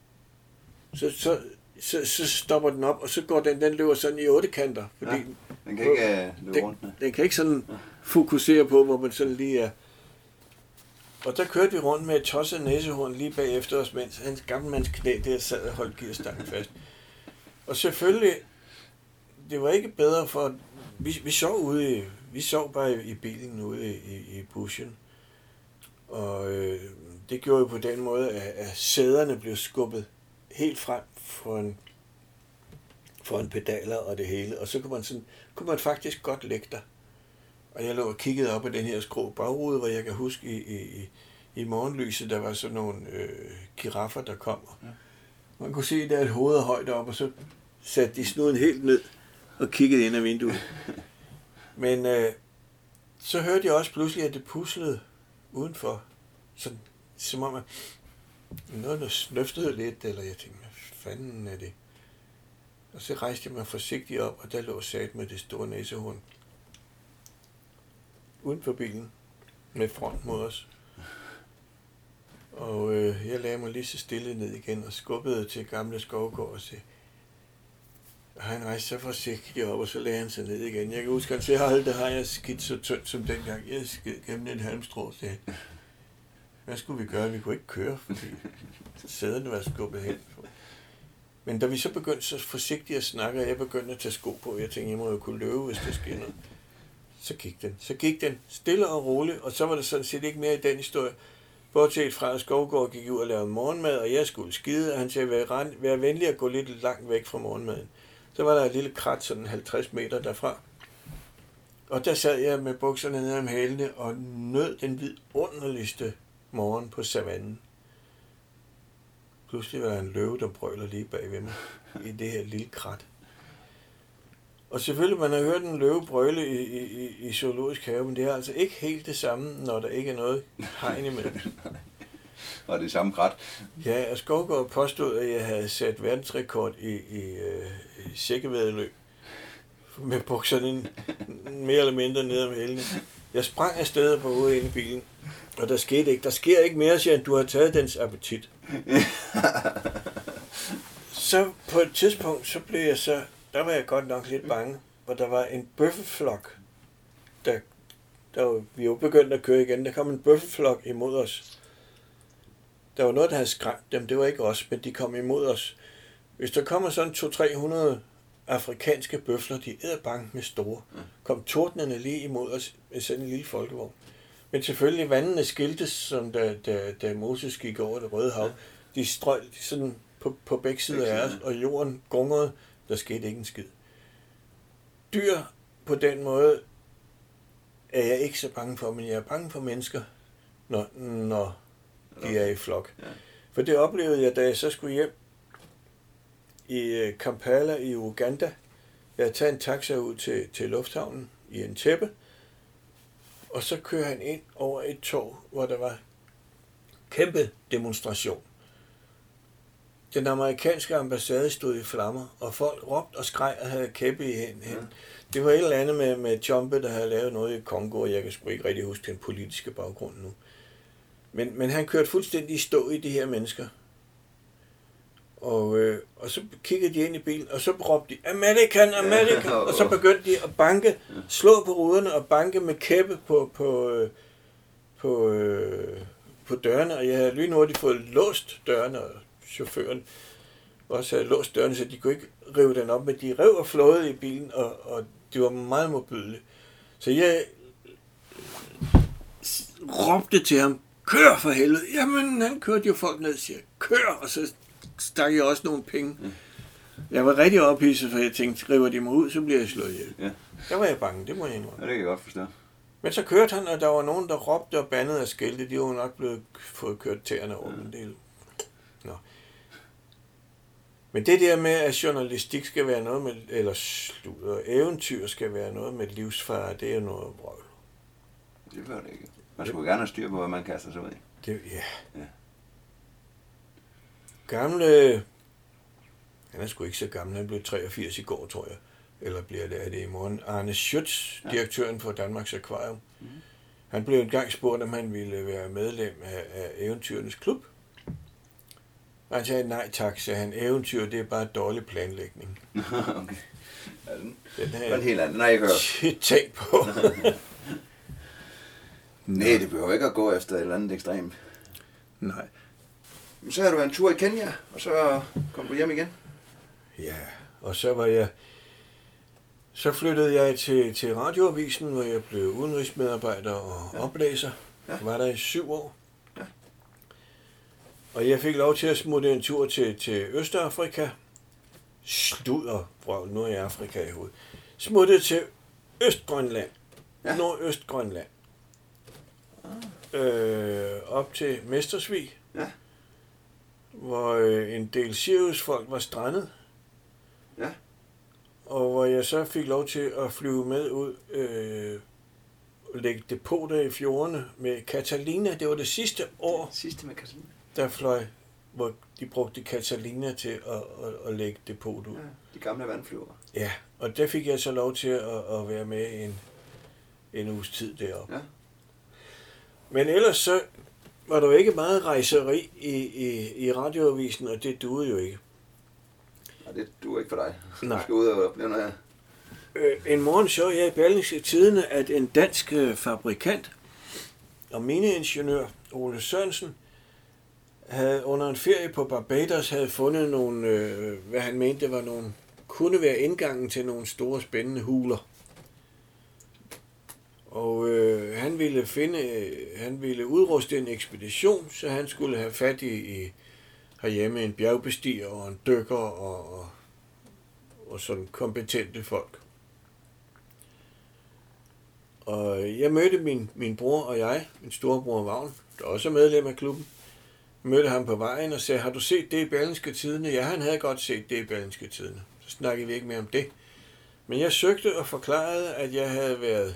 så stopper den op, og så går den løber sådan i 8 kanter. Fordi den kan ikke løbe rundt. Den kan ikke sådan fokusere på, hvor man sådan lige er. Og der kørte vi rundt med et tosset næsehorn lige bagefter os, mens hans gammelmands knæ der sad og holdt gearstangen fast. Og selvfølgelig, det var ikke bedre for, vi sov bare i bilen ude i bushen. Og det gjorde jo på den måde, at sæderne blev skubbet helt frem for en pedaler og det hele. Og så kunne man faktisk godt lægge der. Og jeg lå og kiggede op på den her skrå bagrude, hvor jeg kan huske i morgenlyset, der var sådan nogle giraffer, der kom. Ja. Man kunne se, der et hoved højt op, og så satte de snuden helt ned og kiggede ind ad vinduet. Men så hørte jeg også pludselig, at det puslede udenfor. Sådan, som om noget, der snøftede lidt, eller jeg tænkte, hvad fanden er det? Og så rejste jeg mig forsigtigt op, og der lå sat med det store næsehorn uden for bilen, med front mod os. Og jeg lagde mig lige så stille ned igen, og skubbede til gamle Skovgaard og sagde, og han rejste så forsigtigt op, og så lagde han sig ned igen. Jeg kan huske, at han sagde, hold, der har jeg skidt så tyndt som dengang. Jeg skid gennem en halmstrå, sagde han. Hvad skulle vi gøre? Vi kunne ikke køre, fordi sæderne var skubbet hen. Men da vi så begyndte så forsigtigt at snakke, og jeg begyndte at tage sko på, jeg tænkte, jeg må jo kunne løbe, hvis der sker noget. Så gik den stille og roligt, og så var der sådan set ikke mere i den historie. Bortset fra, at Skovgaard gik ud og lavede morgenmad, og jeg skulle skide, og han sagde, vær venlig at gå lidt langt væk fra morgenmaden. Så var der et lille krat, sådan 50 meter derfra. Og der sad jeg med bukserne ned om hælene, og nød den vidunderligste morgen på savannen. Pludselig var der en løve, der brøler lige bag ved mig i det her lille krat. Og selvfølgelig, man har hørt en løve brøle i zoologisk have, men det er altså ikke helt det samme, når der ikke er noget hegn imellem. Og det samme krat. Ja, og Skovgaard påstod, at jeg havde sat verdensrekord i sækkevæddeløb med bukserne mere eller mindre ned om hælene. Jeg sprang afsted på hovedet ind i bilen, og der skete ikke. Der sker ikke mere, siger han, du har taget dens appetit. Så på et tidspunkt, så blev jeg så, der var jeg godt nok lidt bange, hvor der var en bøffelflok, vi var begyndt at køre igen, der kom en bøffelflok imod os. Der var noget, der havde skræmt dem, det var ikke os, men de kom imod os. Hvis der kommer sådan 200-300 afrikanske bøfler, de er bange med store, kom tordnerne lige imod os med sådan en lille folkevogn. Men selvfølgelig vandene skiltes, som da Moses gik over det Røde Hav. De strøg sådan på begge sider af os, og jorden gungrede. Der skete ikke en skid. Dyr på den måde er jeg ikke så bange for, men jeg er bange for mennesker, når de er i flok. For det oplevede jeg, da jeg så skulle hjem i Kampala i Uganda. Jeg havde taget en taxa ud til lufthavnen i Entebbe, og så kører han ind over et tog, hvor der var kæmpe demonstration. Den amerikanske ambassade stod i flammer, og folk råbte og skreg og havde kæppe i hænden. Det var et eller andet med Chombe, der havde lavet noget i Kongo, og jeg kan sgu ikke rigtig huske den politiske baggrund nu. Men han kørte fuldstændig i stå i de her mennesker. Og så kiggede de ind i bilen, og så råbte de, American, American, og så begyndte de at banke, slå på ruderne og banke med kæppe på dørene, og jeg havde lynhurtigt fået låst dørene, og chaufføren også havde låst dørene, så de kunne ikke rive den op, men de rev og flåede i bilen, og det var meget modbydeligt. Så jeg råbte til ham, kør for helvede. Jamen, han kørte jo folk ned og siger, kør, og så stak jeg også nogle penge. Jeg var rigtig ophidset, for jeg tænkte, river de mig ud, så bliver jeg slået ihjel. Ja. Der var jeg bange, det må jeg indrømme. Ja, det kan jeg godt forstå. Men så kørte han, og der var nogen, der råbte og bandede og skældte. De var nok blevet fået kørt tæerne over. Men det der med, at journalistik skal være noget med, eller eventyr skal være noget med livsfare, det er jo noget vrøvl. Det gør det ikke. Man skulle gerne have styr på, hvad man kaster sig ud i. Ja. Gamle, han er sgu ikke så gammel, han blev 83 i går, tror jeg. Eller bliver det i morgen. Arne Schütz, direktøren for Danmarks Akvarium. Han blev engang spurgt, om han ville være medlem af Eventyrernes Klub. Og han sagde, nej tak, sagde han. Eventyr, det er bare dårlig planlægning. Okay. Ja, den var en helt anden. Nej, jeg hører. Tænk på. Nej, det behøver ikke at gå efter et eller andet ekstremt. Nej. Så havde du en tur i Kenya, og så kom du hjem igen. Ja, og så flyttede jeg til Radioavisen, hvor jeg blev udenrigsmedarbejder og oplæser. Jeg var der i 7 år. Ja. Og jeg fik lov til at smutte en tur til Østafrika. Vrøvl, nu er jeg Afrika i hovedet. Smuttede til Østgrønland. Ja. Nordøstgrønland. Op til Mestersvig. Ja. Hvor en del Sirius-folk var strandet. Ja. Og hvor jeg så fik lov til at flyve med ud og lægge depoter i fjordene med Catalina. Det var det sidste år, med Catalina, der fløj, hvor de brugte Catalina til at lægge depot ud. Ja, de gamle vandflyver. Ja, og der fik jeg så lov til at være med en uges tid deroppe. Ja. Men ellers så var der jo ikke meget rejseri i Radioavisen, og det duede jo ikke. Nej, det duer ikke for dig. Nej. Du skal ud og opleve noget her. En morgen så jeg i Berlingske Tidende, at en dansk fabrikant og mineingeniør, Ole Sørensen, havde under en ferie på Barbados havde fundet nogle, hvad han mente var nogle, kunne være indgangen til nogle store spændende huler. Og han ville udruste en ekspedition, så han skulle have fat i herhjemme en bjergbestiger og en dykker og sådan kompetente folk. Og jeg mødte min bror og jeg, min storebror Vagn, der også er medlem af klubben. Jeg mødte ham på vejen og sagde, har du set det i Berlingske Tidende? Ja, han havde godt set det i Berlingske Tidende. Så snakkede vi ikke mere om det. Men jeg søgte og forklarede, at jeg havde været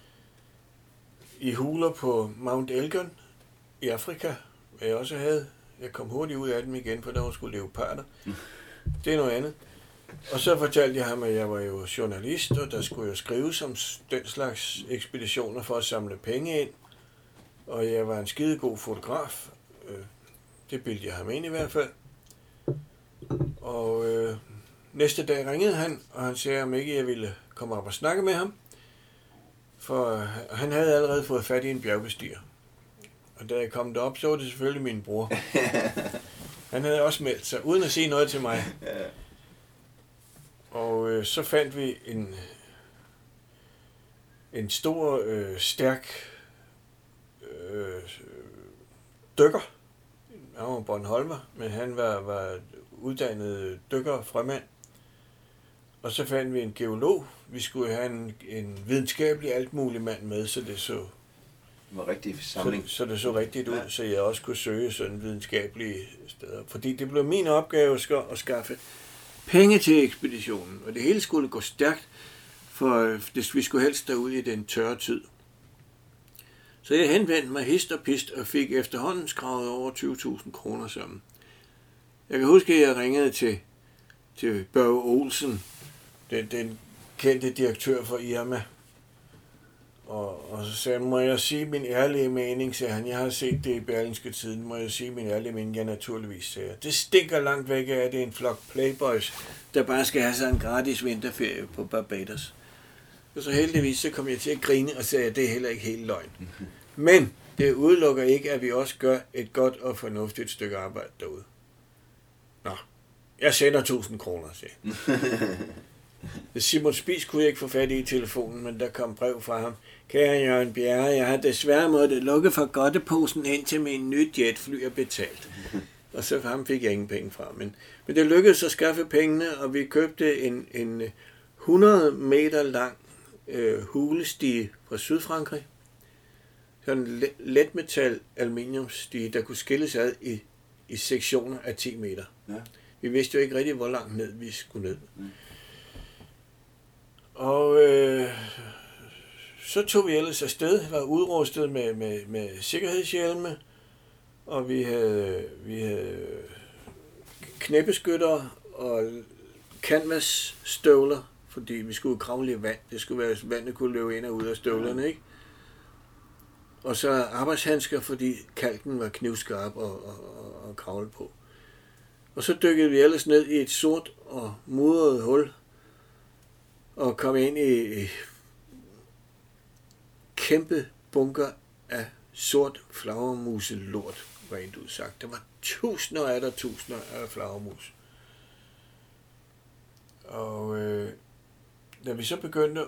i huler på Mount Elgon i Afrika, og jeg også havde. Jeg kom hurtigt ud af dem igen, for der var sgu leoparder. Det er noget andet. Og så fortalte jeg ham, at jeg var jo journalist, og der skulle jo skrives om den slags ekspeditioner for at samle penge ind. Og jeg var en skidegod fotograf. Det bildte jeg ham ind i hvert fald. Og næste dag ringede han, og han sagde, om ikke jeg ville komme op og snakke med ham. For han havde allerede fået fat i en bjergbestiger. Og da jeg kom derop, så var det selvfølgelig min bror. Han havde også meldt sig, uden at sige noget til mig. Og så fandt vi en stor, stærk dykker. Han var Bornholmer, men han var uddannet dykker frømand. Og så fandt vi en geolog. Vi skulle have en videnskabelig alt mulig mand med, så det så var rigtig samling. Så det så rigtigt ud, så jeg også kunne søge sådan videnskabelige steder. Fordi det blev min opgave at skaffe penge til ekspeditionen, og det hele skulle gå stærkt, for vi skulle helst derud i den tørre tid. Så jeg henvendte mig hist og pist og fik efterhånden skravet over 20.000 kroner sammen. Jeg kan huske, at jeg ringede til Børge Olsen, den kendte direktør for Irma, og så sagde han, må jeg sige min ærlige mening, sagde han, jeg har set det i Berlingske Tidende, må jeg sige min ærlige mening, ja naturligvis, sagde jeg. Det stinker langt væk af, at det er en flok playboys, der bare skal have sig en gratis vinterferie på Barbados. Og så heldigvis, så kom jeg til at grine og sagde, at det er heller ikke helt løgn. Men det udelukker ikke, at vi også gør et godt og fornuftigt stykke arbejde derude. Nå, jeg sender 1.000 kroner, sagde Simon Spies kunne jeg ikke få fat i telefonen, men der kom brev fra ham. Kære Jørgen Bjerre, jeg har desværre måttet lukke for godteposen ind til min nyt jetfly er betalt. Og så for ham fik jeg ingen penge fra. Men det lykkedes at skaffe pengene, og vi købte en 100 meter lang hulestige fra Sydfrankrig. Sådan en letmetal aluminiumstige, der kunne skilles ad i sektioner af 10 meter. Ja. Vi vidste jo ikke rigtig, hvor langt ned vi skulle ned. Og så tog vi ellers afsted, var udrustet med sikkerhedshjelme, og vi havde knæbeskytter og canvasstøvler, fordi vi skulle kravle i vand. Det skulle være, at vandet kunne løbe ind og ud af støvlerne, ikke? Og så arbejdshandsker, fordi kalken var knivskarp og kravle på. Og så dykkede vi ellers ned i et sort og mudret hul, og kom ind i kæmpe bunker af sort flagermuselort, rent ud sagt. Der var tusinder af flagermus. Og da vi så begyndte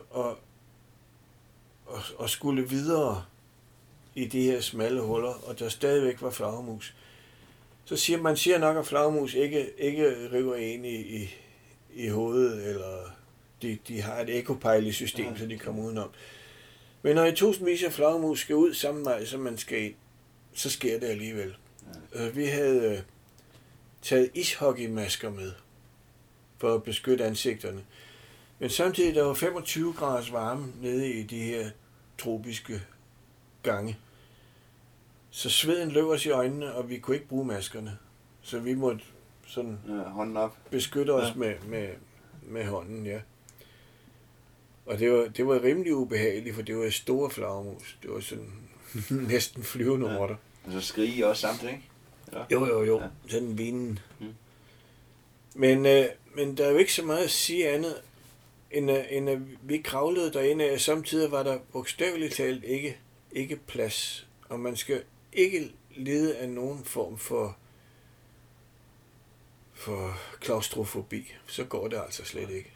at skulle videre i de her smalle huller, og der stadigvæk var flagermus, så man siger nok, at flagermus ikke river en i hovedet, eller de har et ekopejlesystem, så de kommer udenom. Men når i tusindvis af flagermus skal ud samme vej, som man skal ind, så sker det alligevel. Vi havde taget ishockeymasker med, for at beskytte ansigterne. Men samtidig der var 25 graders varme nede i de her tropiske gange. Så sveden løb os i øjnene, og vi kunne ikke bruge maskerne. Så vi måtte sådan hånden op. Beskytte os med hånden, ja. Og det var rimelig ubehageligt, for det var store flagermus. Det var sådan næsten flyvende rotter. Og så skrige også samtidig, ikke? Eller? Jo. Ja. Sådan vinen. Men der er jo ikke så meget at sige andet, end at vi kravlede derinde, og samtidig var der bogstaveligt talt ikke plads. Og man skal ikke lide af nogen form for klaustrofobi. Så går det altså slet ikke.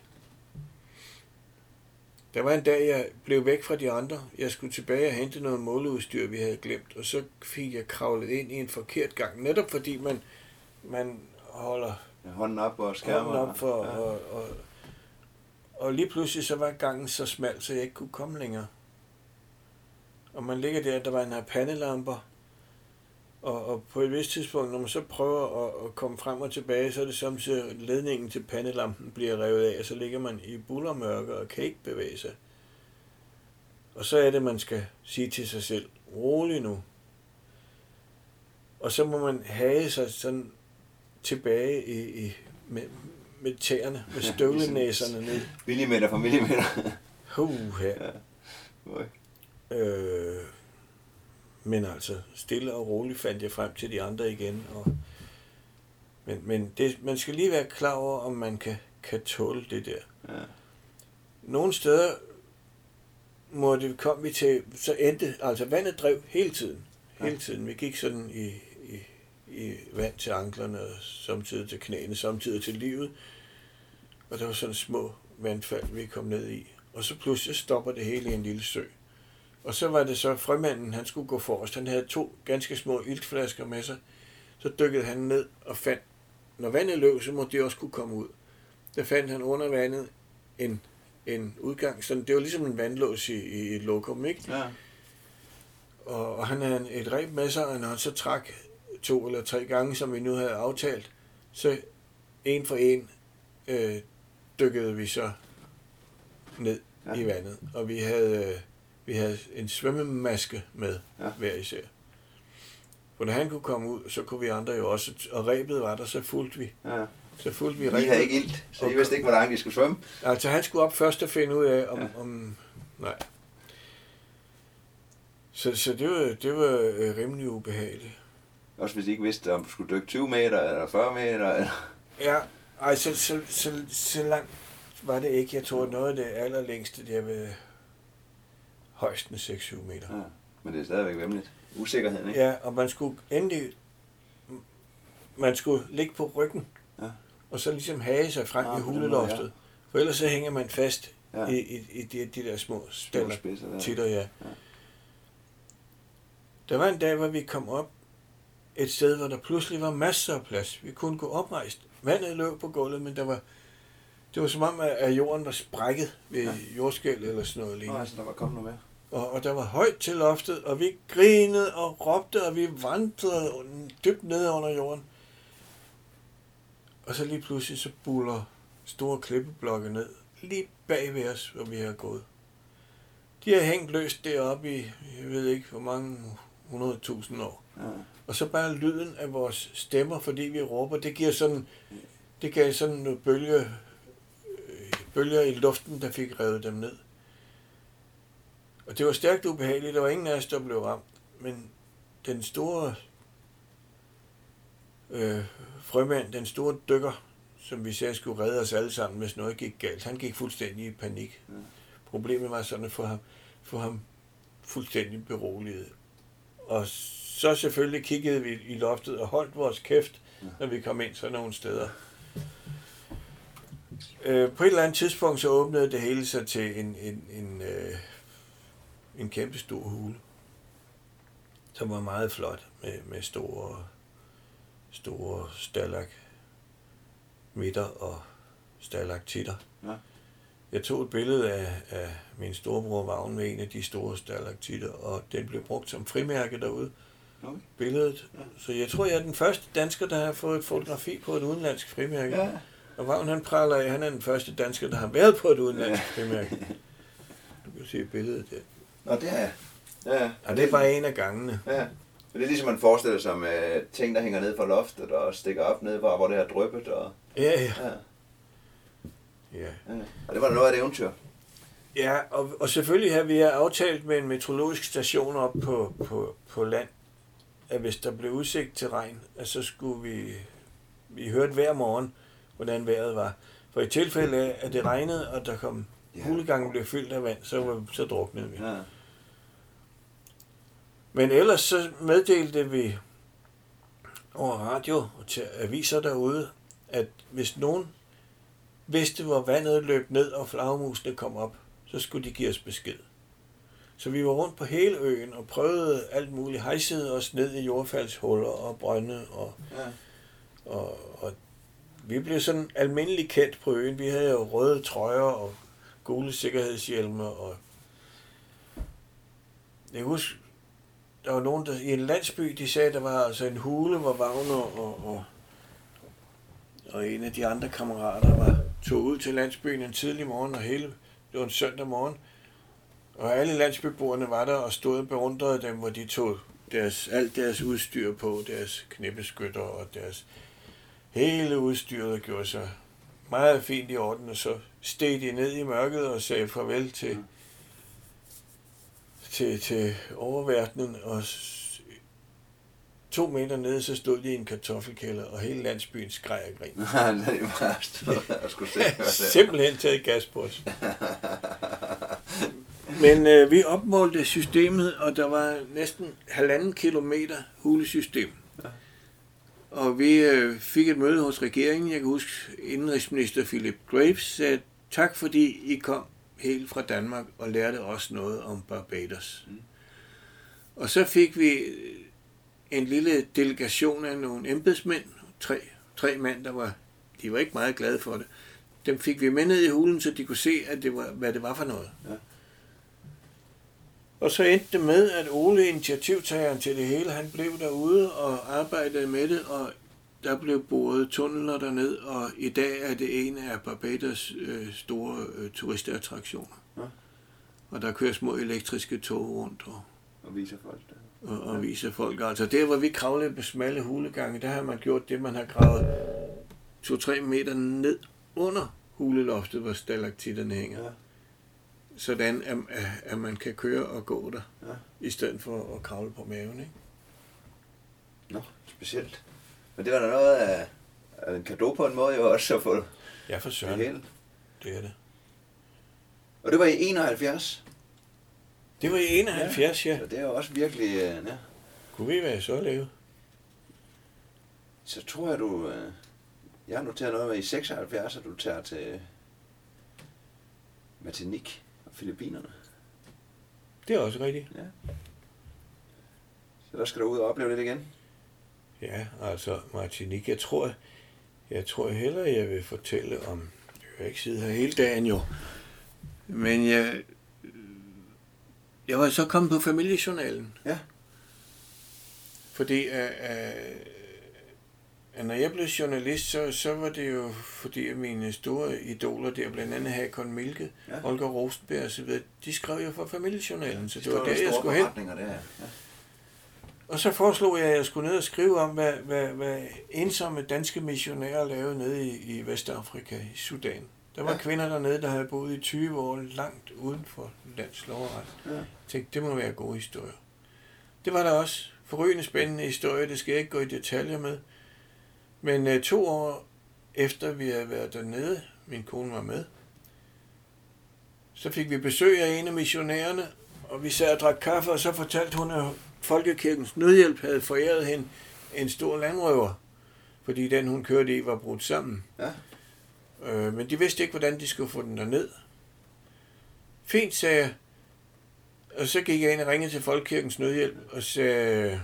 Der var en dag, jeg blev væk fra de andre. Jeg skulle tilbage og hente noget måleudstyr, vi havde glemt. Og så fik jeg kravlet ind i en forkert gang. Netop fordi man holder hånden op og skærmer. Hånden op for, og lige pludselig så var gangen så smal, så jeg ikke kunne komme længere. og man ligger der var en her pandelamper, og på et vist tidspunkt, når man så prøver at komme frem og tilbage, så er det samtidig, ledningen til pandelampen bliver revet af, og så ligger man i bullermørke og kan ikke bevæge sig. Og så er det, man skal sige til sig selv, rolig nu. Og så må man hage sig sådan tilbage med tæerne, med støvlenæserne ned. Millimeter for millimeter. Her. Ja. Men altså, stille og roligt fandt jeg frem til de andre igen. Men man skal lige være klar over, om man kan tåle det der. Ja. Nogle steder kom vi til, så endte, altså vandet drev hele tiden. Hele tiden. Vi gik sådan i vand til anklerne, samtidig til knæene, samtidig til livet. Og der var sådan små vandfald, vi kom ned i. Og så pludselig stopper det hele i en lille sø. Og så var det så frømanden, han skulle gå forrest. Han havde 2 ganske små iltflasker med sig. Så dykkede han ned og fandt, når vandet løb, så måtte de også kunne komme ud. Der fandt han under vandet en udgang. Så det var ligesom en vandlås i et lokum, ikke? Ja. Og han havde et reb med sig, og når han så trak 2 eller 3 gange, som vi nu havde aftalt, så en for en dykkede vi så ned i vandet. Og vi havde en svømmemaske med hver især. For når han kunne komme ud, så kunne vi andre jo også, og rebet var der, så fulgte vi. Ja. Så fulgte vi rebet. Vi havde ikke ilt, så I vidste ikke, hvor langt vi skulle svømme. Altså han skulle op først og finde ud af, om nej. Så det var rimelig ubehageligt. Også hvis I ikke vidste, om du skulle dykke 20 meter eller 40 meter? Eller? Ja, så langt var det ikke. Jeg tror noget af det allerlængste, det er ved højst 6-7 meter. Ja, men det er stadigvæk vemmeligt. Usikkerheden, ikke? Ja, og man skulle ligge på ryggen, og så ligesom hage sig frem i huleloftet. For ellers så hænger man fast i de der små titter, ja. Der var en dag, hvor vi kom op et sted, hvor der pludselig var masser af plads. Vi kunne gå oprejst. Vandet løb på gulvet, men det var som om, at jorden var sprækket ved jordskælv eller sådan noget lignende. Altså, der var kommet noget med. Og der var højt til loftet, og vi grinede og råbte, og vi vandrede dybt ned under jorden. Og så lige pludselig så buller store klippeblokke ned, lige bag ved os, hvor vi har gået. De har hængt løst deroppe i, jeg ved ikke hvor mange 100.000 år. Ja. Og så bare lyden af vores stemmer, fordi vi råber, det gav sådan nogle bølger i luften, der fik revet dem ned. Og det var stærkt ubehageligt. Der var ingen af os, der blev ramt. Men den store frømand, den store dykker, som vi sagde skulle redde os alle sammen, hvis noget gik galt, han gik fuldstændig i panik. Ja. Problemet var sådan at få ham fuldstændig beroliget. Og så selvfølgelig kiggede vi i loftet og holdt vores kæft, når vi kom ind sådan nogle steder. På et eller andet tidspunkt så åbnede det hele sig til en kæmpe stor hule, som var meget flot med store stalagmitter og stalaktitter. Ja. Jeg tog et billede af min storebror Vagn med en af de store stalaktitter, og den blev brugt som frimærke derude. Okay. Billedet. Ja. Så jeg tror, jeg er den første dansker, der har fået et fotografi på et udenlandsk frimærke. Ja. Og Vagn, han praler af, han er den første dansker, der har været på et udenlandsk frimærke. Du kan se billedet der. Nå, det er ja. Og det er bare en af gangene. Ja. Det er ligesom man forestiller sig med ting, der hænger ned fra loftet og stikker op ned, hvor det har dryppet. Og Ja. Og det var noget af et eventyr. Ja, og selvfølgelig har vi aftalt med en meteorologisk station op på land, at hvis der blev udsigt til regn, at så skulle vi hørte hver morgen, hvordan vejret var. For i tilfælde af, at det regnede, og der kom hulegangen blev fyldt af vand, så druknede vi. Ja. Men ellers så meddelte vi over radio og til aviser derude, at hvis nogen vidste, hvor vandet løb ned og flagermusene kom op, så skulle de give os besked. Så vi var rundt på hele øen og prøvede alt muligt, hejsede os ned i jordfaldshuller og brønde, og vi blev sådan almindeligt kendt på øen. Vi havde jo røde trøjer og gule sikkerhedshjelme, og Jeg husker, der var nogen, der i en landsby, de sagde, at der var altså en hule, hvor Wagner og en af de andre kammerater tog ud til landsbyen en tidlig morgen, og det var en søndag morgen, og alle landsbyboerne var der og stod og beundrede dem, hvor de tog alt deres udstyr på, deres knippeskytter og deres hele udstyret, gjorde sig meget fint i orden, og så steg de ned i mørket og sagde farvel til oververdenen, og 2 meter nede, så stod de i en kartoffelkælder, og hele landsbyen skreg og grin. Simpelthen taget gas på os. Men vi opmålte systemet, og der var næsten 1,5 kilometer hulesystem. Og vi fik et møde hos regeringen. Jeg kan huske, indenrigsminister Philip Graves sagde, tak fordi I kom helt fra Danmark og lærte os noget om Barbados. Og så fik vi en lille delegation af nogle embedsmænd, tre mænd, de var ikke meget glade for det. Dem fik vi med ned i hulen, så de kunne se, hvad det var for noget. Ja. Og så endte det med, at Ole, initiativtageren til det hele, han blev derude og arbejdede med det, og der blev boret tunneler derned, og i dag er det en af Barbados store turistattraktioner. Ja. Og der kører små elektriske tog rundt og viser folk der. Og viser folk. Altså der, hvor vi kravlede på smalle hulegange, der har man gjort det, man har gravet 2-3 meter ned under huleloftet, hvor stalaktitterne hænger. Ja. Sådan, at man kan køre og gå der, i stedet for at kravle på maven, ikke? Nå, specielt. Men det var da noget af en cadeau på en måde, jo også at få ja, for søren. Det er det. Og det var i 71? Det var i 71, ja. Så det er jo også virkelig... ja. Kunne vi være så lavet? Så tror jeg, jeg har noteret noget med i 76, at du tager til Martinique og Filippinerne. Det er også rigtigt. Ja. Så der skal du ud og opleve lidt igen? Ja, altså Martinique, jeg tror hellere, jeg vil fortælle om... Jeg vil ikke sidde her hele dagen jo. Men jeg var så kommet på familiejournalen. Ja. Fordi når jeg blev journalist, så var det jo fordi, at mine store idoler der, blandt andet Hakon Milke, Holger Rosenberg og så videre, de skrev jo for familiejournalen, så det var der, jeg skulle hen. Der, ja. Og så foreslog jeg, at jeg skulle ned og skrive om, hvad ensomme danske missionærer lavede nede i Vestafrika, i Sudan. Der var kvinder dernede, der havde boet i 20 år langt uden for landsloveret. Ja. Jeg tænkte, det må være gode historier. Det var der også. Forrygende spændende historie, det skal jeg ikke gå i detaljer med. Men 2 år efter vi havde været dernede, min kone var med, så fik vi besøg af en af missionærerne, og vi sad og drak kaffe, og så fortalte hun, at Folkekirkens Nødhjælp havde foræret hende en stor landrøver, fordi den hun kørte i var brudt sammen. Ja. Men de vidste ikke, hvordan de skulle få den derned. Fint, sagde jeg. Og så gik jeg ind og ringede til Folkekirkens Nødhjælp og sagde,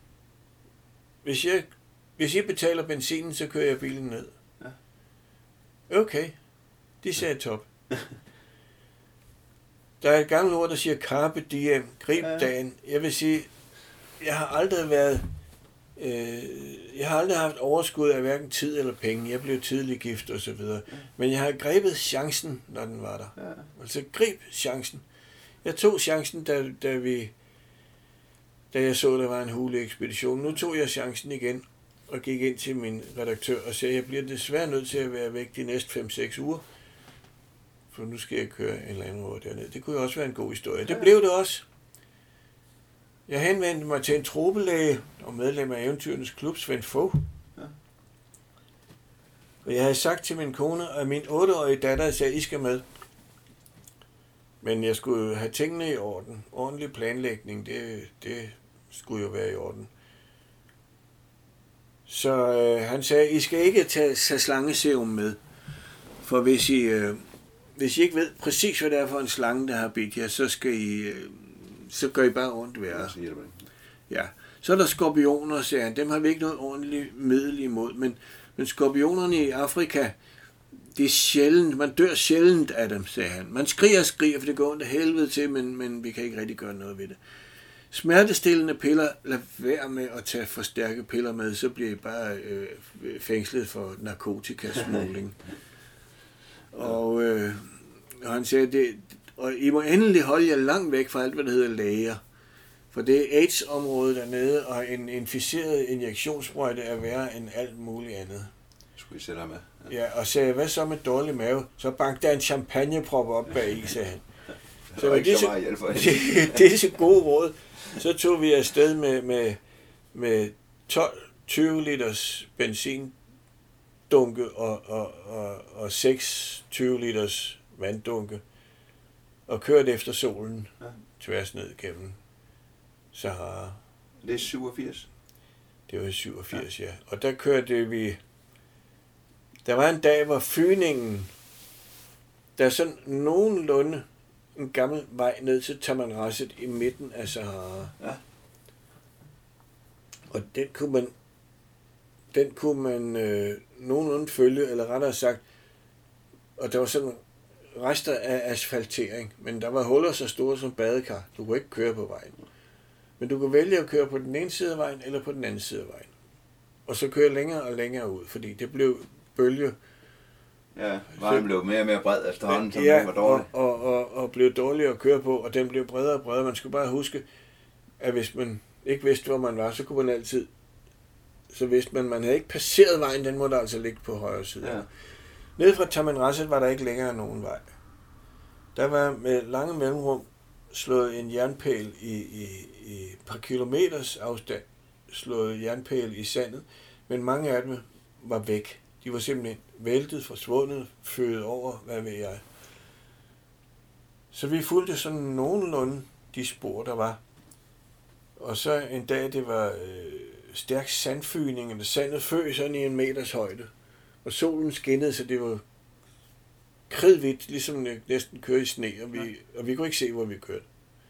hvis I betaler benzinen, så kører jeg bilen ned. Ja. Okay. De sagde top. Der er et gammelt ord, der siger carpe diem, grib dagen. Jeg vil sige, jeg har aldrig haft overskud af hverken tid eller penge. Jeg blev tidlig gift og så videre. Men jeg har grebet chancen, når den var der. Ja. Altså grib chancen. Jeg tog chancen, da jeg så, der var en huleekspedition. Nu tog jeg chancen igen og gik ind til min redaktør og sagde, at jeg bliver desværre nødt til at være væk de næste 5-6 uger. For nu skal jeg køre en eller anden år dernede. Det kunne jo også være en god historie. Det blev det også. Jeg henvendte mig til en tropelæge og medlem af Eventyrenes Klub, Svend Fogh. Ja. Og jeg havde sagt til min kone, at min 8-årige datter sagde, I skal med. Men jeg skulle have tingene i orden. Ordentlig planlægning, det skulle jo være i orden. Så han sagde, I skal ikke tage slangeserum med. For hvis I ikke ved præcis, hvad det er for en slange, der har bidt jer, så gør I bare ondt værre. Ja. Så er der skorpioner, sagde han. Dem har vi ikke noget ordentligt middel imod. Men skorpionerne i Afrika, det er sjældent. Man dør sjældent af dem, sagde han. Man skriger, for det går ondt af helvede til, men vi kan ikke rigtig gøre noget ved det. Smertestillende piller, lad være med at tage for stærke piller med, så bliver I bare fængslet for narkotikasmugling. Og han siger, og I må endelig holde jer langt væk fra alt, hvad der hedder læger. For det er AIDS-området dernede, og en inficeret injektionssprøjte er værre end alt muligt andet. Skulle I sætte ham med? Ja, og sagde, hvad så med dårlig mave? Så bank der en champagneprop op bag i, sagde han. Så var ikke så meget hjælp for hende. Det er så gode råd. Så tog vi afsted med 12-20 liters benzindunke og 6 20 liters vanddunke og kørte efter solen tværs ned gennem Sahara. Det er 87? Det var i 87, ja. Og der kørte vi... Der var en dag, hvor fyningen, der er sådan nogenlunde en gammel vej ned til Tamanrasset i midten af Sahara. Ja. Og den kunne man nogenlunde følge, eller rettere sagt, og der var sådan rester af asfaltering, men der var huller så store som badekar. Du kunne ikke køre på vejen. Men du kunne vælge at køre på den ene side af vejen, eller på den anden side af vejen. Og så køre længere og længere ud, fordi det blev bølge. Ja, vejen blev mere og mere bred efterhånden, som den var dårlig. Og blev dårlig at køre på, og den blev bredere og bredere. Man skulle bare huske, at hvis man ikke vidste, hvor man var, så kunne man altid... Så vidste man havde ikke passeret vejen, den måtte altså ligge på højre side. Ja. Nede fra Tamanrasset var der ikke længere nogen vej. Der var med lange mellemrum slået en jernpæl i et par kilometers afstand, slået jernpæl i sandet, men mange af dem var væk. De var simpelthen væltet, forsvundet, fødet over, hvad ved jeg. Så vi fulgte sådan nogenlunde de spor, der var. Og så en dag, det var stærk sandfygning, eller sandet føg sådan i 1 meters højde. Og solen skinnede, så det var kridhvidt, ligesom næsten køre i sne, og vi kunne ikke se, hvor vi kørte.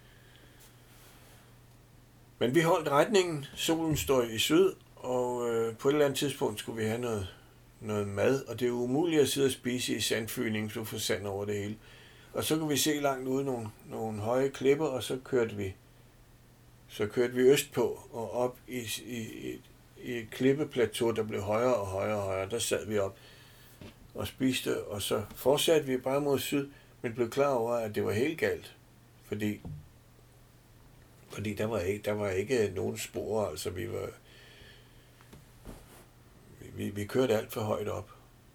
Men vi holdt retningen, solen står i syd, og på et eller andet tidspunkt skulle vi have noget mad, og det er umuligt at sidde og spise i sandfygning, så du får sand over det hele. Og så kunne vi se langt ude nogle høje klipper, og så kørte vi østpå og op i et klippeplateau, der blev højere og højere og højere. Der sad vi op og spiste, og så fortsatte vi bare mod syd, men blev klar over, at det var helt galt, fordi der var ikke nogen spor, altså vi kørte alt for højt op.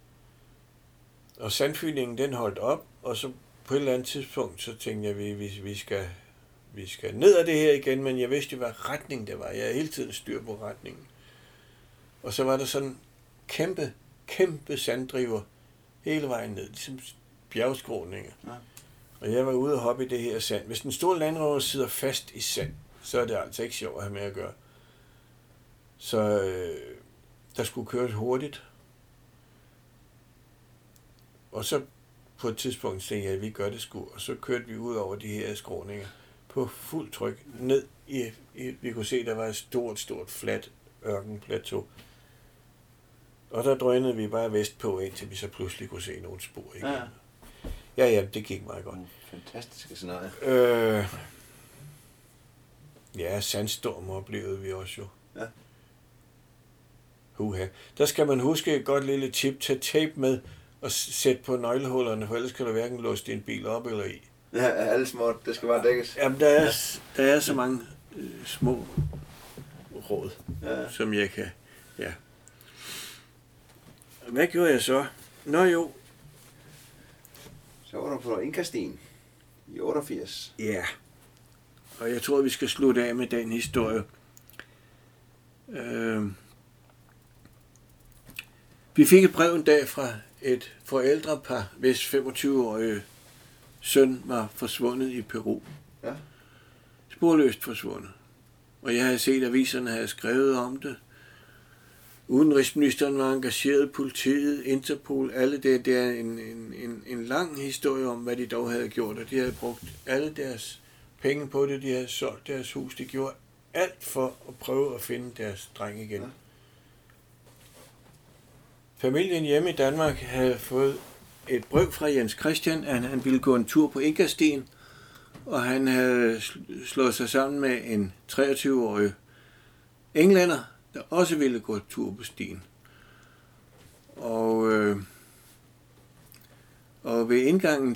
Og sandfygningen, den holdt op, og så på et eller andet tidspunkt, så tænkte jeg, vi skal ned ad det her igen, men jeg vidste jo, hvad retning det var. Jeg havde hele tiden styr på retningen. Og så var der sådan kæmpe sanddriver hele vejen ned, ligesom bjergskråninger. Ja. Og jeg var ude og hoppe i det her sand. Hvis den store landrover sidder fast i sand, så er det altså ikke sjovt at have med at gøre. Så der skulle køres hurtigt. Og så på et tidspunkt tænkte jeg, at vi gør det sgu, og så kørte vi ud over de her skråninger på fuld tryk ned i vi kunne se, der var et stort fladt ørkenplateau. Og der drønede vi bare vestpå, indtil vi så pludselig kunne se nogle spor igen. Ja, det gik meget godt. Fantastiske scenarie. Ja, sandstorm oplevede vi også jo. Ja. Huha. Der skal man huske et godt lille tip. Tag tape med og sæt på nøglehullerne, for ellers kan du hverken låse din bil op eller i. Ja, alle små. Det skal bare dækkes. Jamen, der er så mange små råd, som jeg kan... Ja. Hvad gjorde jeg så? Nå jo. Så var du på Inkastien i 88. Ja. Og jeg tror, vi skal slutte af med den historie. Vi fik et brev en dag fra et forældrepar, hvis 25-årige søn var forsvundet i Peru. Ja. Sporløst forsvundet. Og jeg havde set, at aviserne havde skrevet om det. Udenrigsministeren var engageret, politiet, Interpol, alle det. Det er en lang historie om, hvad de dog havde gjort, og de havde brugt alle deres penge på det, de havde solgt deres hus, de gjorde alt for at prøve at finde deres dreng igen. Ja. Familien hjemme i Danmark havde fået et brev fra Jens Christian, at han ville gå en tur på Inkastien, og han havde slået sig sammen med en 23-årig englænder, der også ville gå tur på stien. Og ved indgangen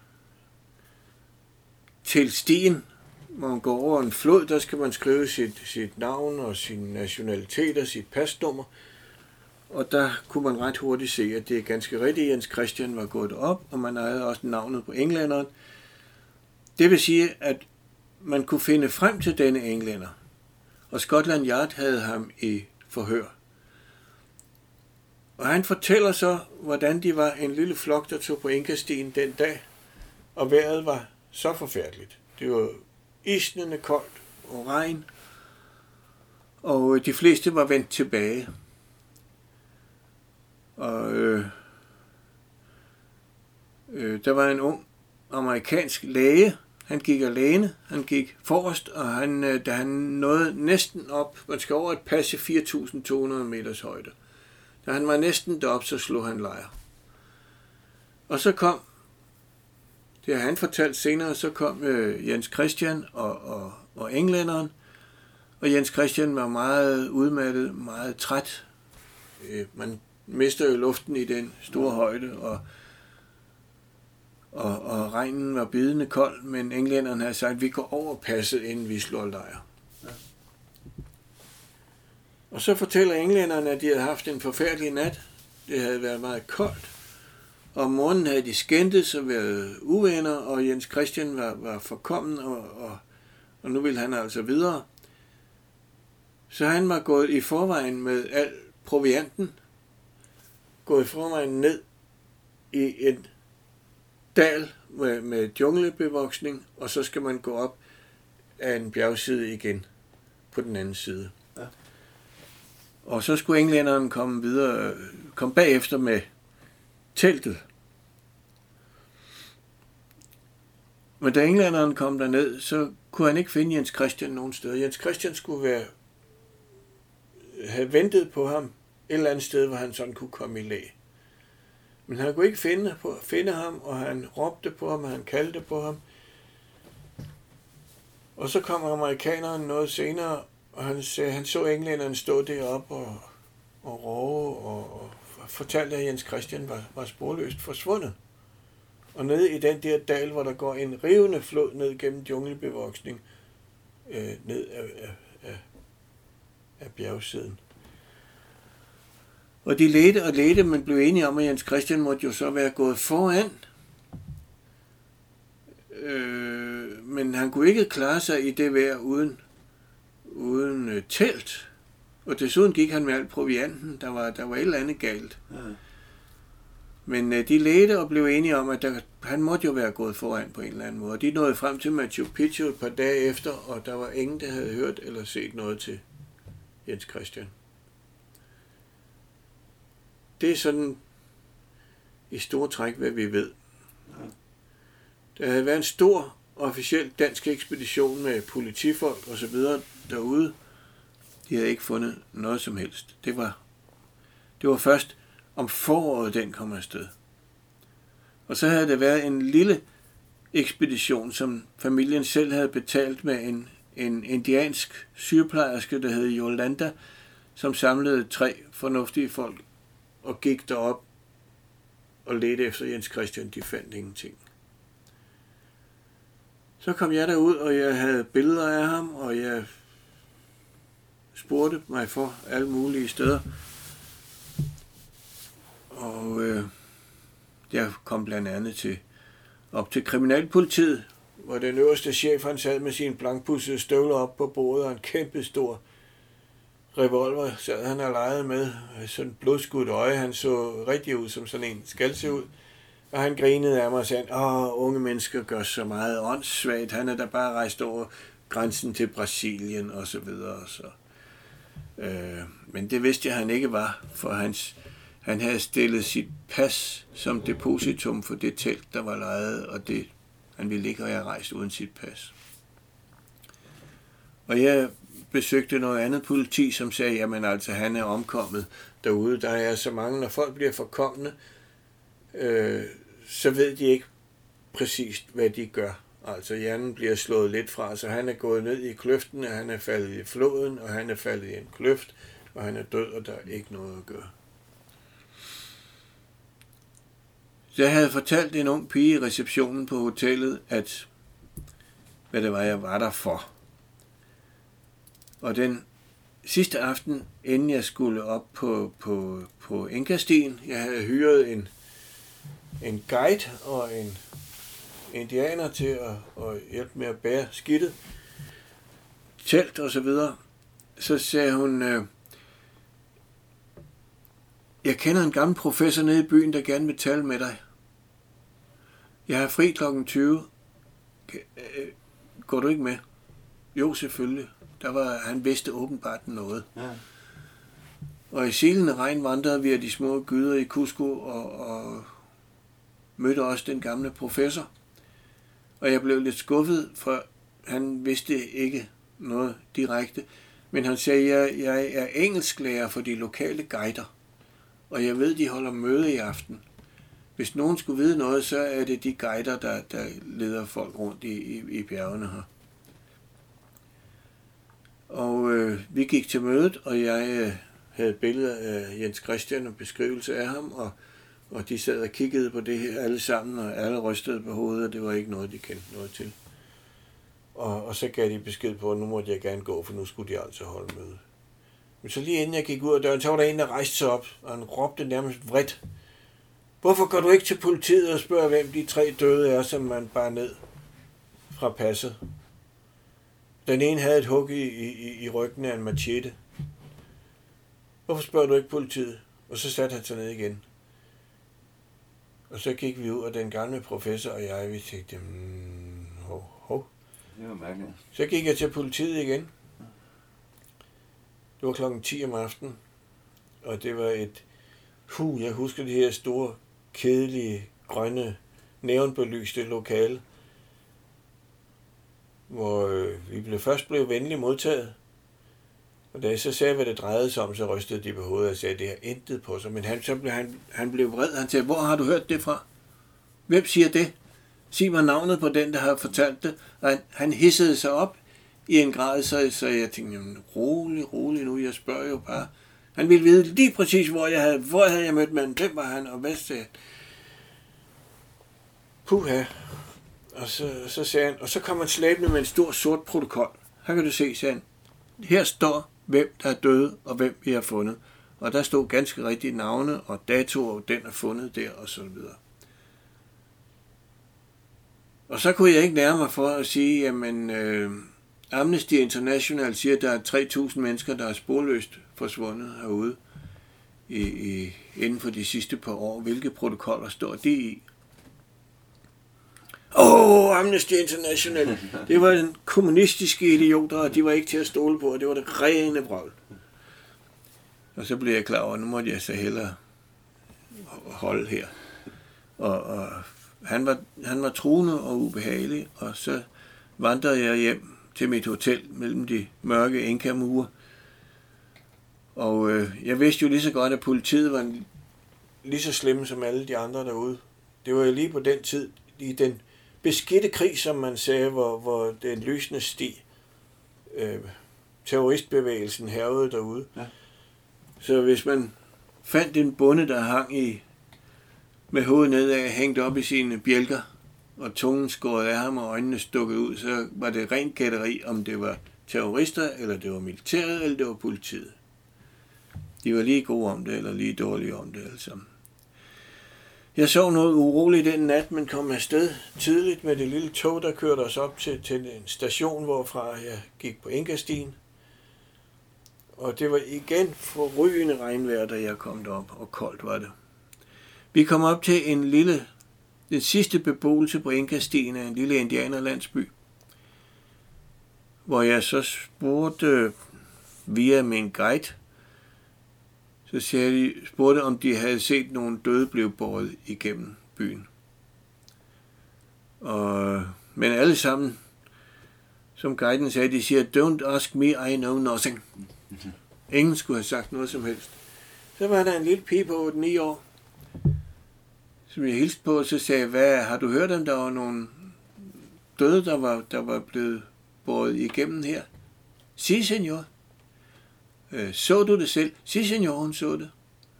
til stien, hvor man går over en flod, der skal man skrive sit navn og sin nationalitet og sit pasnummer. Og der kunne man ret hurtigt se, at det er ganske rigtigt, Jens Christian var gået op, og man havde også navnet på englænderen. Det vil sige, at man kunne finde frem til denne englænder, og Scotland Yard havde ham i forhør. Og han fortæller så, hvordan de var en lille flok, der tog på Inkastien den dag, og vejret var så forfærdeligt. Det var isnende koldt og regn, og de fleste var vendt tilbage. Og der var en ung amerikansk læge. Han gik alene, han gik forrest, og da han nåede næsten op, man skal over et passe 4.200 meters højde. Da han var næsten derop, så slog han lejr. Og så kom, det har han fortalt senere, så kom Jens Christian og englænderen, og Jens Christian var meget udmattet, meget træt. Man mister jo luften i den store højde, og regnen var bidende kold, men englænderen havde sagt, at vi går over passet, inden vi slår lejr. Ja. Og så fortæller englænderne, at de havde haft en forfærdelig nat. Det havde været meget koldt. Og om morgenen havde de skændtes og været uvenner, og Jens Christian var forkommen, og nu ville han altså videre. Så han var gået i forvejen med al provianten, gået i forvejen ned i en dal med djunglebevoksning, og så skal man gå op af en bjergside igen på den anden side. Ja. Og så skulle englænderen komme bagefter med teltet. Men da englænderen kom derned, så kunne han ikke finde Jens Christian nogen steder. Jens Christian skulle have ventet på ham et eller andet sted, hvor han sådan kunne komme i læ. Men han kunne ikke finde ham, og han råbte på ham, og han kaldte på ham. Og så kom amerikaneren noget senere, og han så englænderen stå deroppe og råbe, og fortalte, at Jens Christian var sporløst forsvundet. Og nede i den der dal, hvor der går en rivende flod ned gennem djungelbevoksning, ned af bjergsiden. Og de ledte, men blev enige om, at Jens Christian måtte jo så være gået foran. Men han kunne ikke klare sig i det vejr uden telt. Og desuden gik han med alt provianten. Der var et eller andet galt. Ja. Men de ledte og blev enige om, at han måtte jo være gået foran på en eller anden måde. Og de nåede frem til Machu Picchu et par dage efter, og der var ingen, der havde hørt eller set noget til Jens Christian. Det er sådan i store træk, hvad vi ved. Der havde været en stor officiel dansk ekspedition med politifolk og så videre derude. De havde ikke fundet noget som helst. Det var først om foråret, den kom afsted. Og så havde der været en lille ekspedition, som familien selv havde betalt med en indiansk sygeplejerske, der hed Yolanda, som samlede 3 fornuftige folk og gik derop og ledte efter Jens Christian. De fandt ingenting. Så kom jeg derud, og jeg havde billeder af ham, og jeg spurgte mig for alle mulige steder. Og jeg kom blandt andet op til kriminalpolitiet, hvor den øverste chef, han sad med sine blankpudsede støvler op på bordet, og en kæmpe stor revolver sad han og legede med. Sådan et blodskudt øje, han så rigtig ud, som sådan en skal se ud. Og han grinede af mig og sagde, unge mennesker gør så meget åndssvagt. Han er da bare rejst over grænsen til Brasilien og så videre. Så. Men det vidste jeg, han ikke var, for han havde stillet sit pas som depositum for det telt, der var lejet, og han ville ikke have rejst uden sit pas. Og jeg besøgte noget andet politi, som sagde, jamen altså, han er omkommet derude. Der er så mange, når folk bliver forkomne, så ved de ikke præcist, hvad de gør. Altså hjernen bliver slået lidt fra, så han er gået ned i kløften, og han er faldet i floden, og han er faldet i en kløft, og han er død, og der er ikke noget at gøre. Så jeg havde fortalt en ung pige i receptionen på hotellet, at hvad det var, jeg var der for. Og den sidste aften, inden jeg skulle op på Inkastien, jeg havde hyret en guide og en indianer til at hjælpe med at bære skidtet, telt og så videre. Så sagde hun, jeg kender en gammel professor nede i byen, der gerne vil tale med dig. Jeg har fri klokken 20. Går du ikke med? Jo, selvfølgelig. Han vidste åbenbart noget. Ja. Og i silende regn vandrede vi af de små gyder i Cusco og mødte også den gamle professor. Og jeg blev lidt skuffet, for han vidste ikke noget direkte. Men han sagde, at jeg er engelsklærer for de lokale guider. Og jeg ved, de holder møde i aften. Hvis nogen skulle vide noget, så er det de guider, der leder folk rundt i bjergene her. Og vi gik til mødet, og jeg havde billeder af Jens Christian og beskrivelse af ham, og de sad og kiggede på det her alle sammen, og alle rystede på hovedet, og det var ikke noget, de kendte noget til. Og så gav de besked på, at nu måtte jeg gerne gå, for nu skulle de altså holde møde. Men så lige inden jeg gik ud af døren, så var der en, der rejste sig op, og han råbte nærmest vredt: Hvorfor går du ikke til politiet og spørger, hvem de 3 døde er, som man bar ned fra passet? Den ene havde et hug i ryggen af en machete. Hvorfor spørger du ikke politiet? Og så satte han sig ned igen. Og så gik vi ud, og den gamle professor og jeg, vi tænkte, hov. Det var mærkeligt. Så gik jeg til politiet igen. Det var klokken 10 om aftenen, og det var jeg husker det her store, kedelige, grønne, neonbelyste lokale, hvor vi først blev venligt modtaget. Og da jeg så sagde, hvad det drejede sig om, så rystede de på hovedet og sagde, at det har intet på sig. Men han blev vred. Han sagde, hvor har du hørt det fra? Hvem siger det? Sig mig navnet på den, der har fortalt det. Og han hissede sig op i en grad, så jeg tænkte, rolig nu, jeg spørger jo bare. Han ville vide lige præcis, hvor havde jeg mødt manden, hvem var han, og hvad sagde han? Puha. Og så sagde han, og så kom han slæbende med en stor sort protokol. Her kan du se, sagde han. Her står, hvem der er døde, og hvem vi har fundet. Og der stod ganske rigtige navne, og datoer, den er fundet der, og så videre. Og så kunne jeg ikke nærme mig for at sige, jamen, Amnesty International siger, at der er 3.000 mennesker, der er sporløst forsvundet herude inden for de sidste par år. Hvilke protokoller står det i? Amnesty International. Det var den kommunistiske idioter, og de var ikke til at stole på, og det var det rene vrøvl. Og så blev jeg klar over, at nu måtte jeg så hellere holde her. Og han var truende og ubehagelig, og så vandrede jeg hjem til mit hotel mellem de mørke Inka-mure. Og jeg vidste jo lige så godt, at politiet var lige så slemme som alle de andre derude. Det var jo lige på den tid, i den beskidte krig, som man sagde, hvor den lysende sti, terroristbevægelsen hærgede derude. Ja. Så hvis man fandt en bonde, der hang med hovedet nedad, hængt op i sine bjælker, og tungen skåret af ham og øjnene stukket ud, så var det rent gætteri, om det var terrorister, eller det var militæret, eller det var politiet. De var lige gode om det, eller lige dårlige om det, alle sammen. Jeg sov noget uroligt den nat, men kom afsted tidligt med det lille tog, der kørte os op til en station, hvorfra jeg gik på Inkastien. Og det var igen forrygende regnvejr, da jeg kom derop, og koldt var det. Vi kom op til den sidste beboelse på Inkastien af en lille indianerlandsby, hvor jeg så spurgte via min guide, så spurgte, om de havde set nogle døde blive båret igennem byen. Men alle sammen, som guiden sagde, de siger, don't ask me, I know nothing. Ingen skulle have sagt noget som helst. Så var der en lille pige på 8-9 år, som jeg hilste på, og så sagde, hvad har du hørt, om der var nogle døde, der var blevet båret igennem her? Si, senor. Så du det selv? Si, senor, hun så det.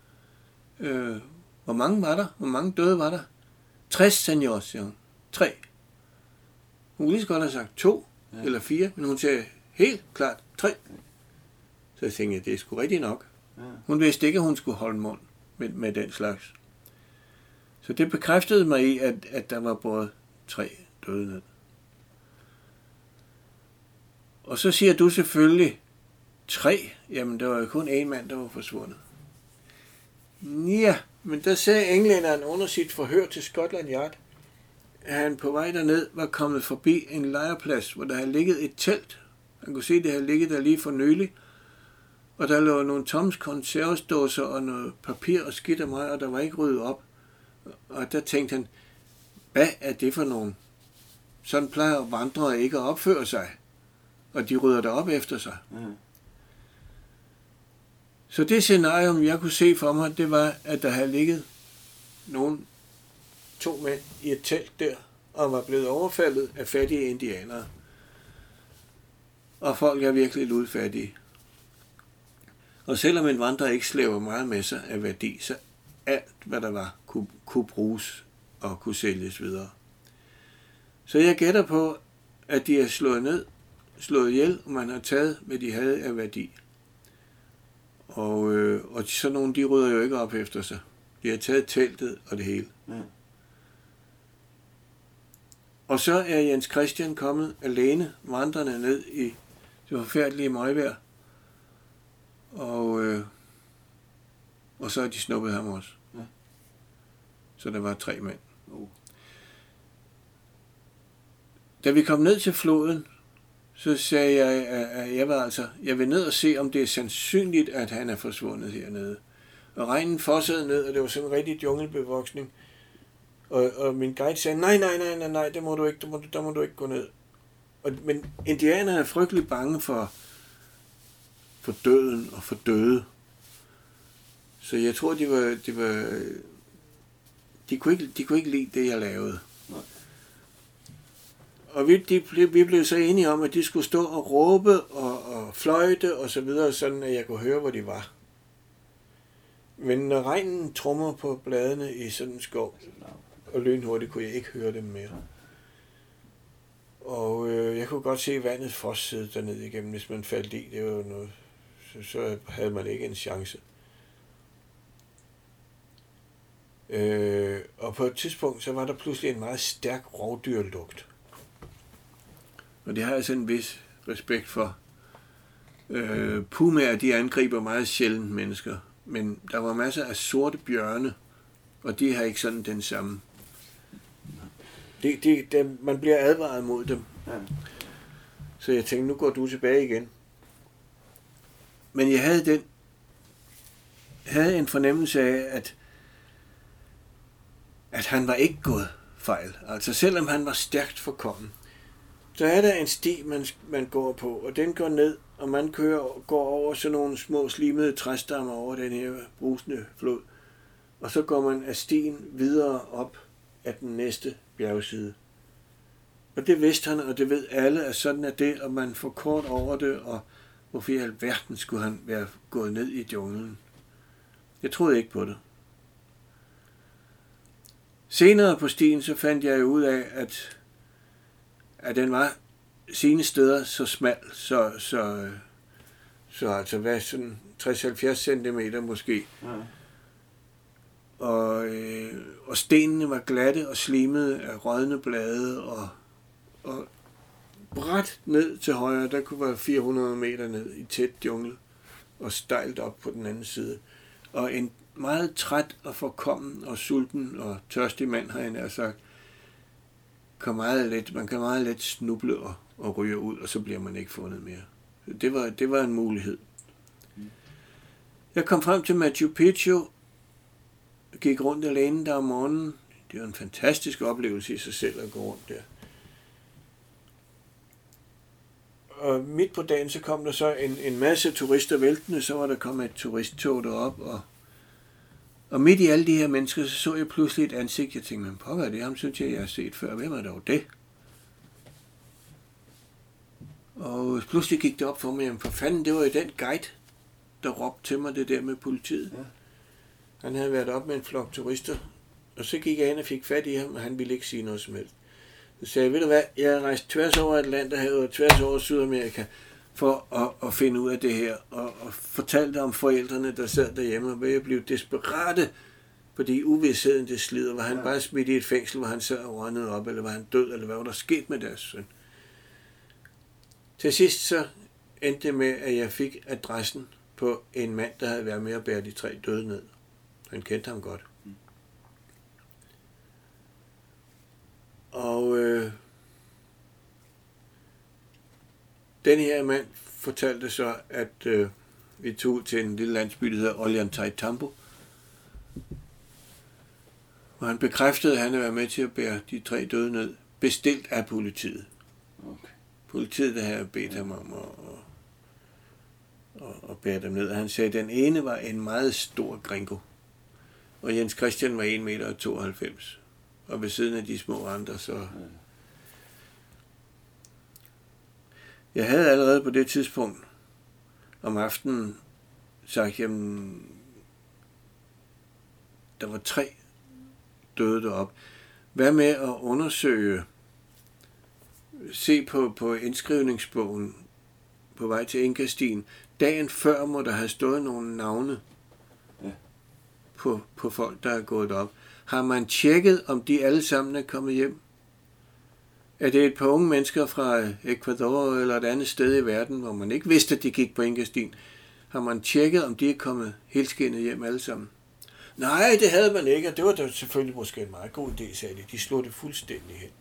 Hvor mange var der? Hvor mange døde var der? 60, senor, siger hun. 3. Hun kunne lige så godt have sagt 2 eller 4, men hun sagde helt klart 3. Så jeg tænkte, det er sgu rigtigt nok. Hun vidste ikke, at hun skulle holde mund med den slags. Så det bekræftede mig i, at der var både 3 døde ned. Og så siger du selvfølgelig 3. Jamen, der var jo kun en mand, der var forsvundet. Ja, men der sagde englænderen under sit forhør til Scotland Yard, at han på vej derned var kommet forbi en lejrplads, hvor der havde ligget et telt. Han kunne se, at det havde ligget der lige for nylig. Og der lå nogle toms konservesdåser og noget papir og skidt af mig, og der var ikke ryddet op. Og der tænkte han, hvad er det for nogen? Sådan plejer vandrere ikke at opføre sig. Og de rydder det op efter sig. Så det scenarium, jeg kunne se for mig, det var, at der havde ligget 2 mænd i et telt der, og var blevet overfaldet af fattige indianere. Og folk er virkelig ludfattige. Og selvom en vandrer ikke slæver meget med sig af værdi, så alt, hvad der var, kunne bruges og kunne sælges videre. Så jeg gætter på, at de er slået ihjel, og man har taget, hvad de havde af værdi. Og sådan nogle, de rydder jo ikke op efter sig. De har taget teltet og det hele. Ja. Og så er Jens Christian kommet alene, vandrende ned i det forfærdelige møgvejr. Og så har de snuppet ham også. Ja. Så der var 3 mænd. Da vi kom ned til floden, så sagde jeg, at jeg vil ned og se, om det er sandsynligt, at han er forsvundet hernede. Og regnen fossede ned, og det var sådan en rigtig djungelbevoksning. Og min guide sagde, nej, det må du ikke, der må du ikke gå ned. Men indianerne er frygtelig bange for døden og for døde. Så jeg tror, de kunne ikke lide det, jeg lavede. Og vi blev så enige om, at de skulle stå og råbe og fløjte og så videre, sådan at jeg kunne høre, hvor de var. Men når regnen trommer på bladene i sådan en skov, og lynhurtigt kunne jeg ikke høre dem mere. Og jeg kunne godt se vandet fossede dernede igennem, hvis man faldt i. Det var noget, så havde man ikke en chance. Og på et tidspunkt, så var der pludselig en meget stærk rovdyrlugt. Og det har jeg sådan en vis respekt for. Pumaer, de angriber meget sjældent mennesker. Men der var masser af sorte bjørne, og de har ikke sådan den samme. Man bliver advaret mod dem. Ja. Så jeg tænkte, nu går du tilbage igen. Men jeg havde en fornemmelse af, at han var ikke gået fejl. Altså selvom han var stærkt forkommen, så er der en sti, man går på, og den går ned, og man går over sådan nogle små slimede træstammer over den her brusende flod. Og så går man af stien videre op af den næste bjergside. Og det vidste han, og det ved alle, at sådan er det, og man får kort over det, og hvorfor i alverden skulle han være gået ned i junglen? Jeg troede ikke på det. Senere på stien, så fandt jeg ud af, at den var sine steder så smal, så altså hvad, sådan 60-70 centimeter måske. Ja. Og stenene var glatte og slimede af rådne blade, og bræt ned til højre, der kunne være 400 meter ned i tæt jungle, og stejlt op på den anden side. Og en meget træt og forkommen og sulten og tørstig mand, har jeg nær sagt, man kan meget let snuble og ryge ud, og så bliver man ikke fundet mere. Det var en mulighed. Jeg kom frem til Machu Picchu, gik rundt alene der om morgenen. Det var en fantastisk oplevelse i sig selv at gå rundt der. Og midt på dagen, så kom der så en masse turister væltende, så var der kommet et turisttog derop, og midt i alle de her mennesker, så jeg pludselig et ansigt. Jeg tænkte, men pokker, det ham synes jeg har set før. Hvem er dog det? Og pludselig gik det op for mig, jamen for fanden, det var jo den guide, der råbte til mig det der med politiet. Ja. Han havde været op med en flok turister, og så gik jeg ind og fik fat i ham, og han ville ikke sige noget som helst. Så sagde jeg, ved du hvad, jeg har rejst tværs over Atlanterhavet og tværs over Sydamerika for at finde ud af det her, og fortalte om forældrene, der sad derhjemme, og jeg blev desperate, fordi uvidsheden det slider. Var han bare smidt i et fængsel, hvor han sad og rønnede op, eller var han død, eller hvad var der sket med deres søn? Til sidst så endte det med, at jeg fik adressen på en mand, der havde været med at bære de 3 døde ned. Han kendte ham godt. Og den her mand fortalte så, at vi tog ud til en lille landsby, der hedder Ollantaytambo, hvor han bekræftede, at han havde været med til at bære de 3 døde ned, bestilt af politiet. Okay. Politiet, der havde bedt ham om at bære dem ned. Og han sagde, at den ene var en meget stor gringo, og Jens Christian var 1,92 meter. Og ved siden af de små andre, så... Jeg havde allerede på det tidspunkt om aftenen sagt, jamen, der var 3 døde deroppe. Hvad med at undersøge, se på indskrivningsbogen på vej til Inkastien. Dagen før må der have stået nogle navne på folk, der er gået op. Har man tjekket, om de alle sammen er kommet hjem? Er det et par unge mennesker fra Ecuador eller et andet sted i verden, hvor man ikke vidste, at de gik på Inkastien? Har man tjekket, om de er kommet helskindet hjem alle sammen? Nej, det havde man ikke, og det var da selvfølgelig måske en meget god idé, sagde de. De slog det fuldstændig hen.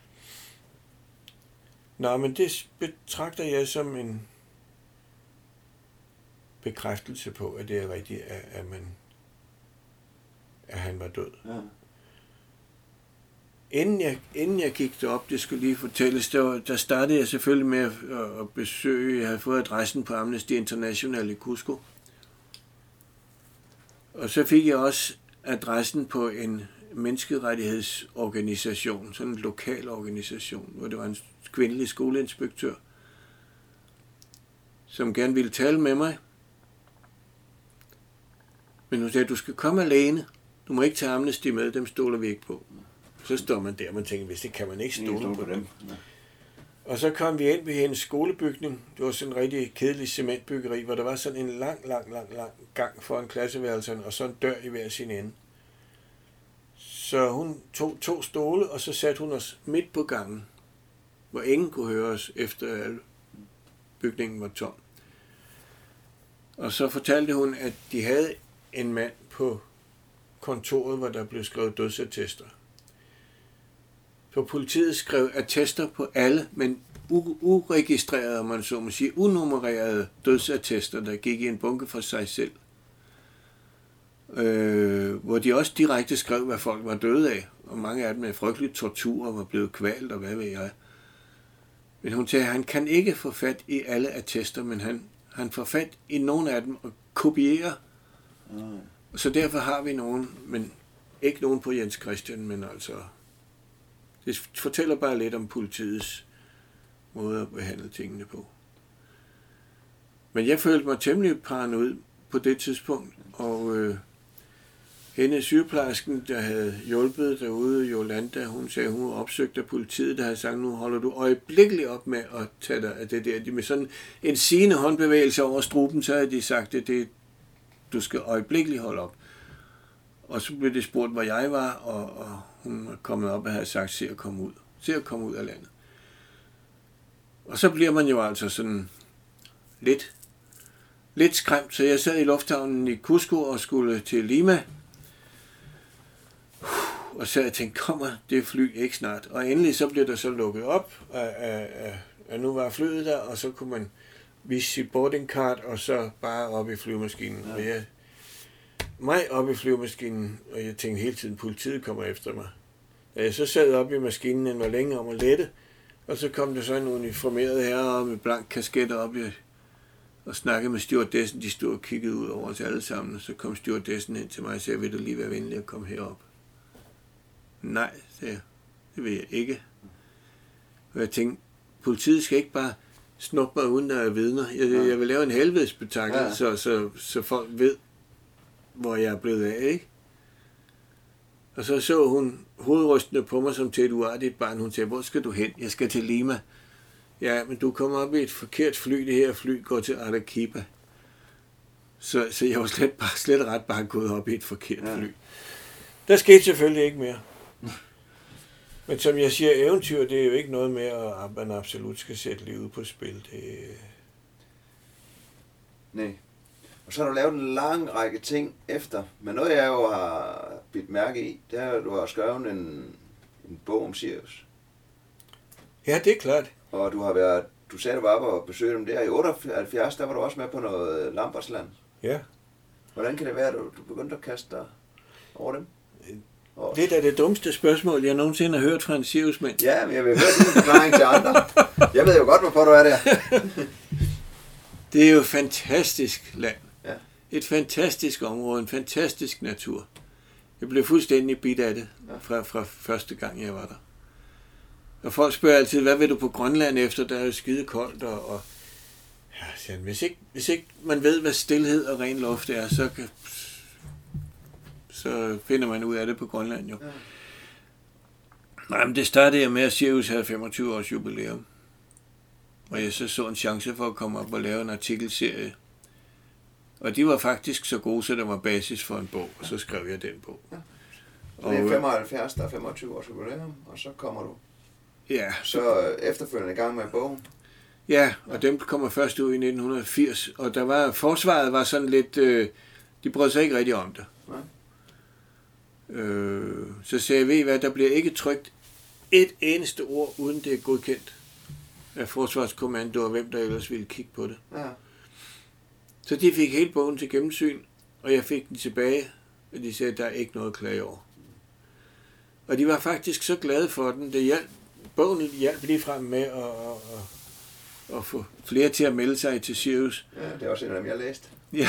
Nå, men det betragter jeg som en bekræftelse på, at det er rigtigt, at han var død. Ja. Inden jeg gik derop, det skulle lige fortælles, der startede jeg selvfølgelig med at besøge, jeg havde fået adressen på Amnesty International i Cusco. Og så fik jeg også adressen på en menneskerettighedsorganisation, sådan en lokal organisation, hvor det var en kvindelig skoleinspektør, som gerne ville tale med mig. Men hun sagde, du skal komme alene. Du må ikke tage Amnesty med, dem stoler vi ikke på. Så står man der, og man tænker, hvis det kan man ikke stole på dem. Ja. Og så kom vi ind ved hendes skolebygning. Det var sådan en rigtig kedelig cementbyggeri, hvor der var sådan en lang gang foran klasseværelserne, og så en dør i hver sin ende. Så hun tog 2 stole, og så satte hun os midt på gangen, hvor ingen kunne høre os, efter at bygningen var tom. Og så fortalte hun, at de havde en mand på kontoret, hvor der blev skrevet dødsattester. For politiet skrev attester på alle, men uregistrerede, man så må sige, unummererede dødsattester, der gik i en bunke for sig selv. Hvor de også direkte skrev, hvad folk var døde af, og mange af dem med frygtelig tortur og var blevet kvalt, og hvad ved jeg. Men hun sagde, at han kan ikke få fat i alle attester, men han får fat i nogle af dem og kopierer. Så derfor har vi nogen, men ikke nogen på Jens Christian, men altså... Det fortæller bare lidt om politiets måde at behandle tingene på. Men jeg følte mig temmelig paranoid på det tidspunkt, og hende sygeplejersken, der havde hjulpet derude, Jolanda, hun sagde, hun var opsøgt af politiet, der havde sagt, nu holder du øjeblikkeligt op med at tage dig af det der. Med sådan en sigende håndbevægelse over struben, så havde de sagt, at du skal øjeblikkeligt holde op. Og så blev det spurgt, hvor jeg var, og hun var kommet op og havde sagt, se at komme ud. Se at komme ud af landet. Og så bliver man jo altså sådan lidt skræmt, så jeg sad i lufthavnen i Cusco og skulle til Lima. Og så jeg tænkte, kommer det fly ikke snart? Og endelig så blev der så lukket op, at nu var flyet der, og så kunne man vise sit boarding card, og så bare op i flyvemaskinen. Ja. Og mig op i flyvemaskinen, og jeg tænkte hele tiden, politiet kommer efter mig. Da jeg så sad op i maskinen, den var længe om at lette, og så kom der så en uniformeret herre med blank kasket op og snakkede med stewardessen. De stod og kiggede ud over os alle sammen, og så kom stewardessen hen til mig og sagde, vil du lige være venlig at komme herop? Nej, sagde jeg. Det vil jeg ikke. Og jeg tænkte, politiet skal ikke bare snuppe mig uden der er vidner. Jeg vil lave en helvedesbetankel, så folk ved, hvor jeg er blevet af, ikke? Og så hun hovedrystende på mig som til et uartigt barn. Hun sagde, hvor skal du hen? Jeg skal til Lima. Ja, men du kommer op i et forkert fly. Det her fly går til Arequipa. Så jeg var slet ret bare gået op i et forkert fly. Der skete selvfølgelig ikke mere. Men som jeg siger, eventyr, det er jo ikke noget med, at man absolut skal sætte livet på spil. Nej. Og så har du lavet en lang række ting efter. Men noget jeg jo har bidt mærke i, det er, at du har skrevet en bog om Sirius. Ja, det er klart. Og du sagde, du var oppe og besøgte dem der. I 78, der var du også med på noget Lambertsland. Ja. Hvordan kan det være, at du begyndte at kaste dig over dem? Det er det dummeste spørgsmål, jeg nogensinde har hørt fra en Siriusmand. Ja, men jeg vil høre din forklaring til andre. Jeg ved jo godt, hvorfor du er der. Det er jo et fantastisk land. Ja. Et fantastisk område, en fantastisk natur. Jeg blev fuldstændig bidt af det fra første gang, jeg var der. Og folk spørger altid, hvad vil du på Grønland efter? Der er jo skide koldt. Og ja, hvis ikke man ved, hvad stilhed og ren luft er, så finder man ud af det på Grønland jo. Ja. Nej, men det startede jeg med, at Sirius havde 25 års jubilæum. Og jeg så en chance for at komme op og lave en artikelserie. Og de var faktisk så gode, så der var basis for en bog, og så skrev jeg den bog. Ja. Så det er 75, der er 25 års jubilæum, og så kommer du så efterfølgende i gang med bogen. Ja, og dem kommer først ud i 1980, og forsvaret var sådan lidt, de brød sig ikke rigtig om det. Så sagde jeg, ved I hvad, der bliver ikke trykt et eneste ord, uden det er godkendt af Forsvarskommando, og hvem der ellers ville kigge på det. Ja. Så de fik hele bogen til gennemsyn, og jeg fik den tilbage, og de sagde, at der er ikke noget at klage over. Og de var faktisk så glade for den. Bogen hjalp lige frem med at få flere til at melde sig til Sirius. Ja, det er også en af dem, jeg læste. Ja.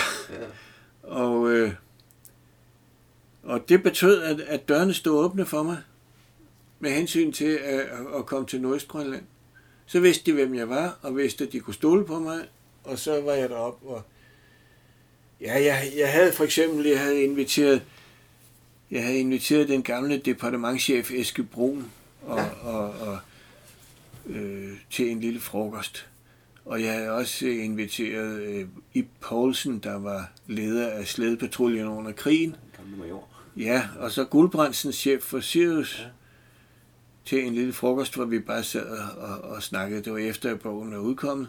Og det betød, at dørene stod åbne for mig, med hensyn til at komme til Nordøstgrønland. Så vidste de, hvem jeg var, og vidste, at de kunne stole på mig, og så var jeg deroppe. Og jeg havde for eksempel, jeg havde inviteret den gamle departementschef Eske Brun til en lille frokost. Og jeg havde også inviteret Ib Poulsen, der var leder af slædepatruljen under krigen. Ja, og så Guldbrandsens chef for Sirius, til en lille frokost, hvor vi bare sad og snakkede. Det var efter, at bogen var udkommet.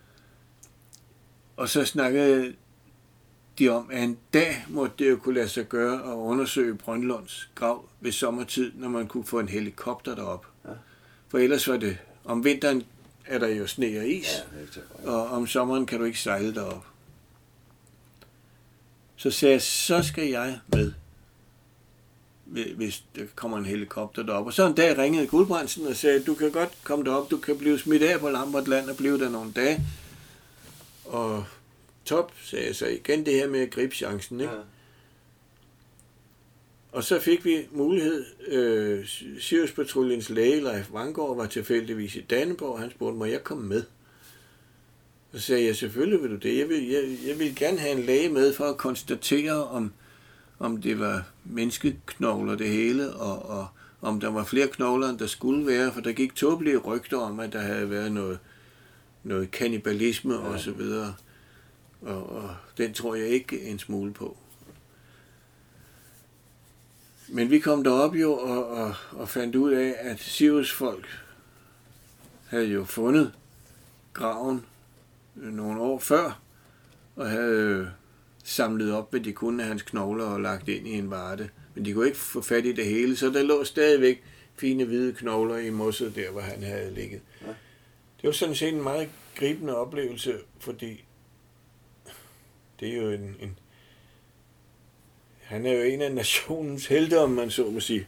Og så snakkede de om, at en dag måtte det jo kunne lade sig gøre at undersøge Brøndlunds grav ved sommertid, når man kunne få en helikopter derop. Ja. For ellers var det, om vinteren er der jo sne og is, og om sommeren kan du ikke sejle derop. Så sagde jeg, så skal jeg med, hvis der kommer en helikopter derop. Og så en dag ringede Guldbrandsen og sagde, du kan godt komme derop, du kan blive smidt af på Lambertland og blive der nogle dage. Og top, sagde jeg så igen, det her med at gribe chancen, ikke? Ja. Og så fik vi mulighed. Sirius-patruljens læge, Leif Vanggaard, var tilfældigvis i Danneborg, han spurgte, må jeg komme med? Og så sagde jeg, selvfølgelig vil du det. Jeg vil gerne have en læge med for at konstatere, om det var menneskeknogler det hele, og om der var flere knogler, end der skulle være, for der gik tåbelige rygter om, at der havde været noget kannibalisme og så videre. Og den tror jeg ikke en smule på. Men vi kom derop jo og fandt ud af, at Sirius-folk havde jo fundet graven nogle år før, og havde samlet op, hvad de kunne af hans knogler og lagt ind i en varte. Men de kunne ikke få fat i det hele, så der lå stadigvæk fine hvide knogler i mosset der, hvor han havde ligget. Ja. Det var sådan set en meget gribende oplevelse, fordi det er jo han er jo en af nationens helte, om man så må sige.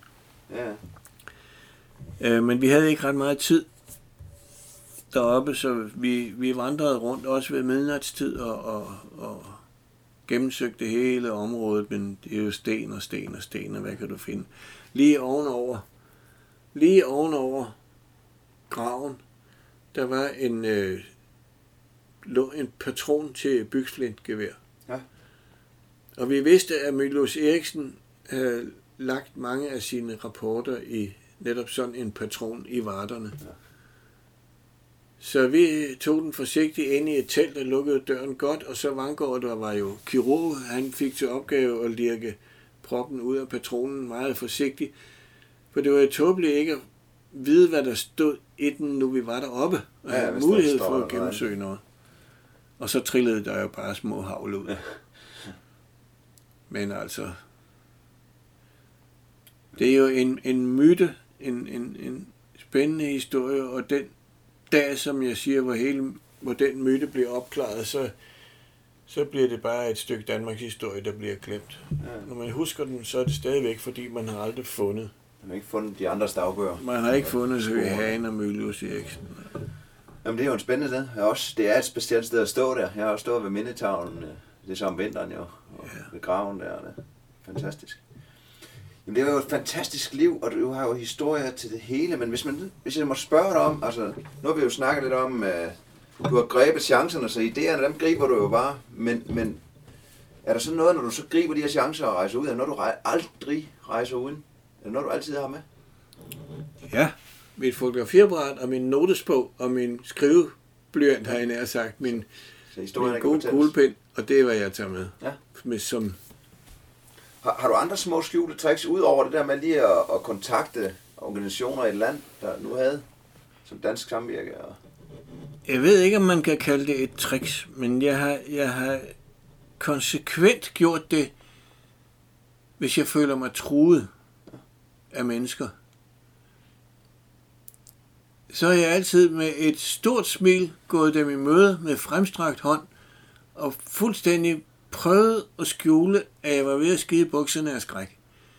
Ja. Men vi havde ikke ret meget tid deroppe, så vi vandrede rundt også ved midnatstid og gennemsøgte hele området, men det er jo sten og sten og sten, og hvad kan du finde? Lige ovenover graven, der var lå en patron til bygflintgevær. Ja. Og vi vidste, at Mylius Eriksen havde lagt mange af sine rapporter i netop sådan en patron i varterne. Ja. Så vi tog den forsigtigt ind i et telt og lukkede døren godt, og så Vanggaard, der var jo kirurg, han fik til opgave at lirke proppen ud af patronen meget forsigtigt, for det var jo tåbeligt ikke at vide, hvad der stod i den, nu vi var deroppe, og havde mulighed for at gennemsøge noget. Og så trillede der jo bare små havl ud. Ja. Men altså, det er jo en myte, en spændende historie, og den dag, som jeg siger, hvor den myte bliver opklaret, så bliver det bare et stykke Danmarks historie, der bliver glemt. Ja. Når man husker den, så er det stadigvæk, fordi man har aldrig fundet. Man har ikke fundet de andres dagbøger. Man har ikke fundet Søge Hagen og Mylius Eriksen. Jamen, det er jo en spændende sted. Det er et specielt sted at stå der. Jeg har også stået ved Mindetavlen, det er så om vinteren jo, og ved graven der. Det er fantastisk. Jamen, det er jo et fantastisk liv, og du har jo historier til det hele, men hvis jeg må spørge dig om, altså, nu har vi jo snakket lidt om, du har grebet chancerne, så idéerne, dem griber du jo bare, men er der sådan noget, når du så griber de her chancer og rejser ud, eller når du aldrig rejser uden, eller når du altid har med? Ja, mit fotografiapparat og min notesbog og min skriveblyant, har jeg nær sagt, min gode kuglepen, og det er, hvad jeg tager med. Ja. Som Har du andre små skjulte tricks, ud over det der med lige at kontakte organisationer i et land, der nu havde, som Dansk Samvirke? Jeg ved ikke, om man kan kalde det et tricks, men jeg har konsekvent gjort det, hvis jeg føler mig truet af mennesker. Så er jeg altid med et stort smil gået dem i møde med fremstrakt hånd, og fuldstændig prøvede at skjule, at jeg var ved at skide bukserne af skræk.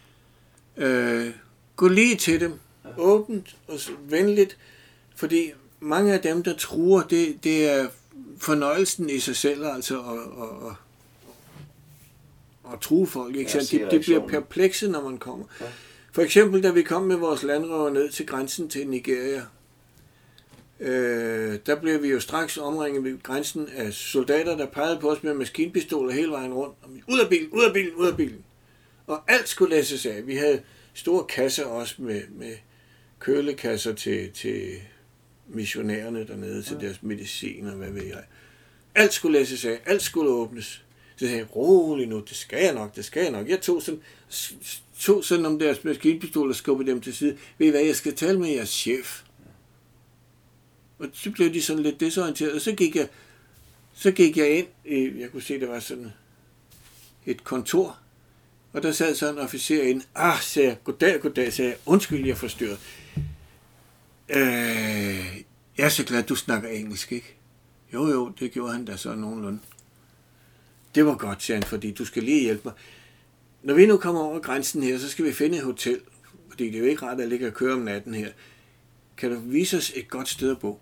Gå lige til dem, åbent og venligt, fordi mange af dem, der truer, det er fornøjelsen i sig selv, altså at true folk. Ikke? De bliver perplekse, når man kommer. Ja. For eksempel, da vi kom med vores landrøver ned til grænsen til Nigeria, der blev vi jo straks omringet ved grænsen af soldater, der pegede på os med maskinpistoler hele vejen rundt. Ud af bilen, ud af bilen, ud af bilen. Og alt skulle læses af. Vi havde store kasser også med kølekasser til missionærerne dernede, til deres medicin og hvad ved jeg. Alt skulle læses af, alt skulle åbnes. Så sagde jeg, rolig nu, det skal jeg nok. Jeg tog sådan om deres maskinpistoler og skubbede dem til side. Ved I hvad, jeg skal tale med jeres chef. Og så blev de sådan lidt desorienteret, og så gik jeg ind i, jeg kunne se, der var sådan et kontor, og der sad sådan en officer inde. Sagde jeg, goddag, sagde jeg, undskyld, jeg forstyrret. Jeg er så glad, du snakker engelsk, ikke? Jo, det gjorde han da så nogenlunde. Det var godt, sagde han, fordi du skal lige hjælpe mig. Når vi nu kommer over grænsen her, så skal vi finde et hotel, fordi det er jo ikke ret at ligge og køre om natten her. Kan du vise os et godt sted at bo?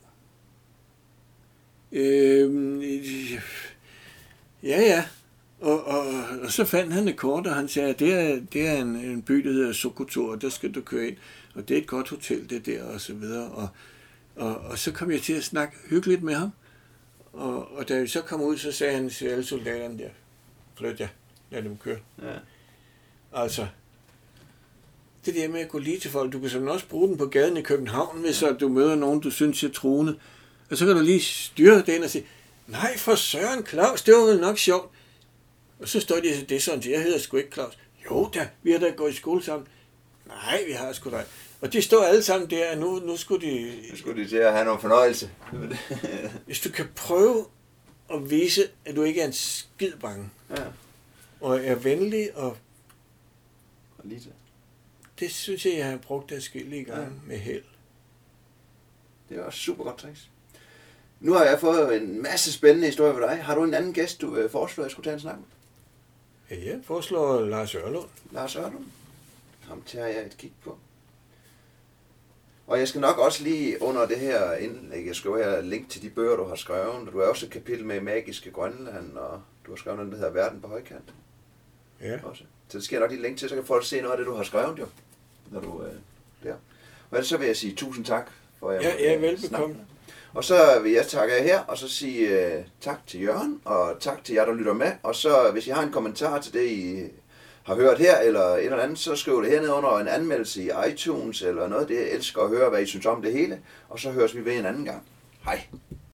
Ja. Og så fandt han et kort, og han sagde, at det er en by, der hedder Sokoto, og der skal du køre ind. Og det er et godt hotel, det der, og så videre. Og så kom jeg til at snakke hyggeligt med ham. Og da vi så kom ud, så sagde han til alle soldaterne der, flyt jer, lad dem køre. Ja. Altså, det der med at gå lige til folk, du kan sådan også bruge den på gaden i København, hvis du møder nogen, du synes er truende. Og så kan du lige styre den og sige, nej for Søren Claus, det var vel nok sjovt. Og så står de og siger, det er sådan, jeg hedder sgu ikke Claus. Jo da, vi har da gået i skole sammen. Nej, vi har sgu da. Og de står alle sammen der, og nu skulle de... Nu skulle de til at have noget fornøjelse. Hvis du kan prøve at vise, at du ikke er en skid bange, ja, og er venlig og lige til. Det synes jeg har brugt adskillige gange med held. Det er også super godt tricks. Nu har jeg fået en masse spændende historier for dig. Har du en anden gæst, du foreslår, jeg skulle tage en snak med? Ja, jeg foreslår Lars Ørlund. Lars Ørlund? Ham tager jeg et kig på. Og jeg skal nok også lige under det her indlæg, jeg skriver her link til de bøger, du har skrevet. Du har også et kapitel med Magiske Grønland, og du har skrevet noget, der hedder Verden på højkant. Ja. Også. Så det skal jeg nok lige link til, så kan folk se noget af det, du har skrevet jo. Når du der. Og så vil jeg sige tusind tak for, at jeg er velbekomme. Og så vil jeg takke af her, og så sige tak til Jørgen, og tak til jer, der lytter med. Og så hvis I har en kommentar til det, I har hørt her, eller et eller andet, så skriv det hernede under en anmeldelse i iTunes, eller noget. Det jeg elsker at høre, hvad I synes om det hele. Og så høres vi ved en anden gang. Hej.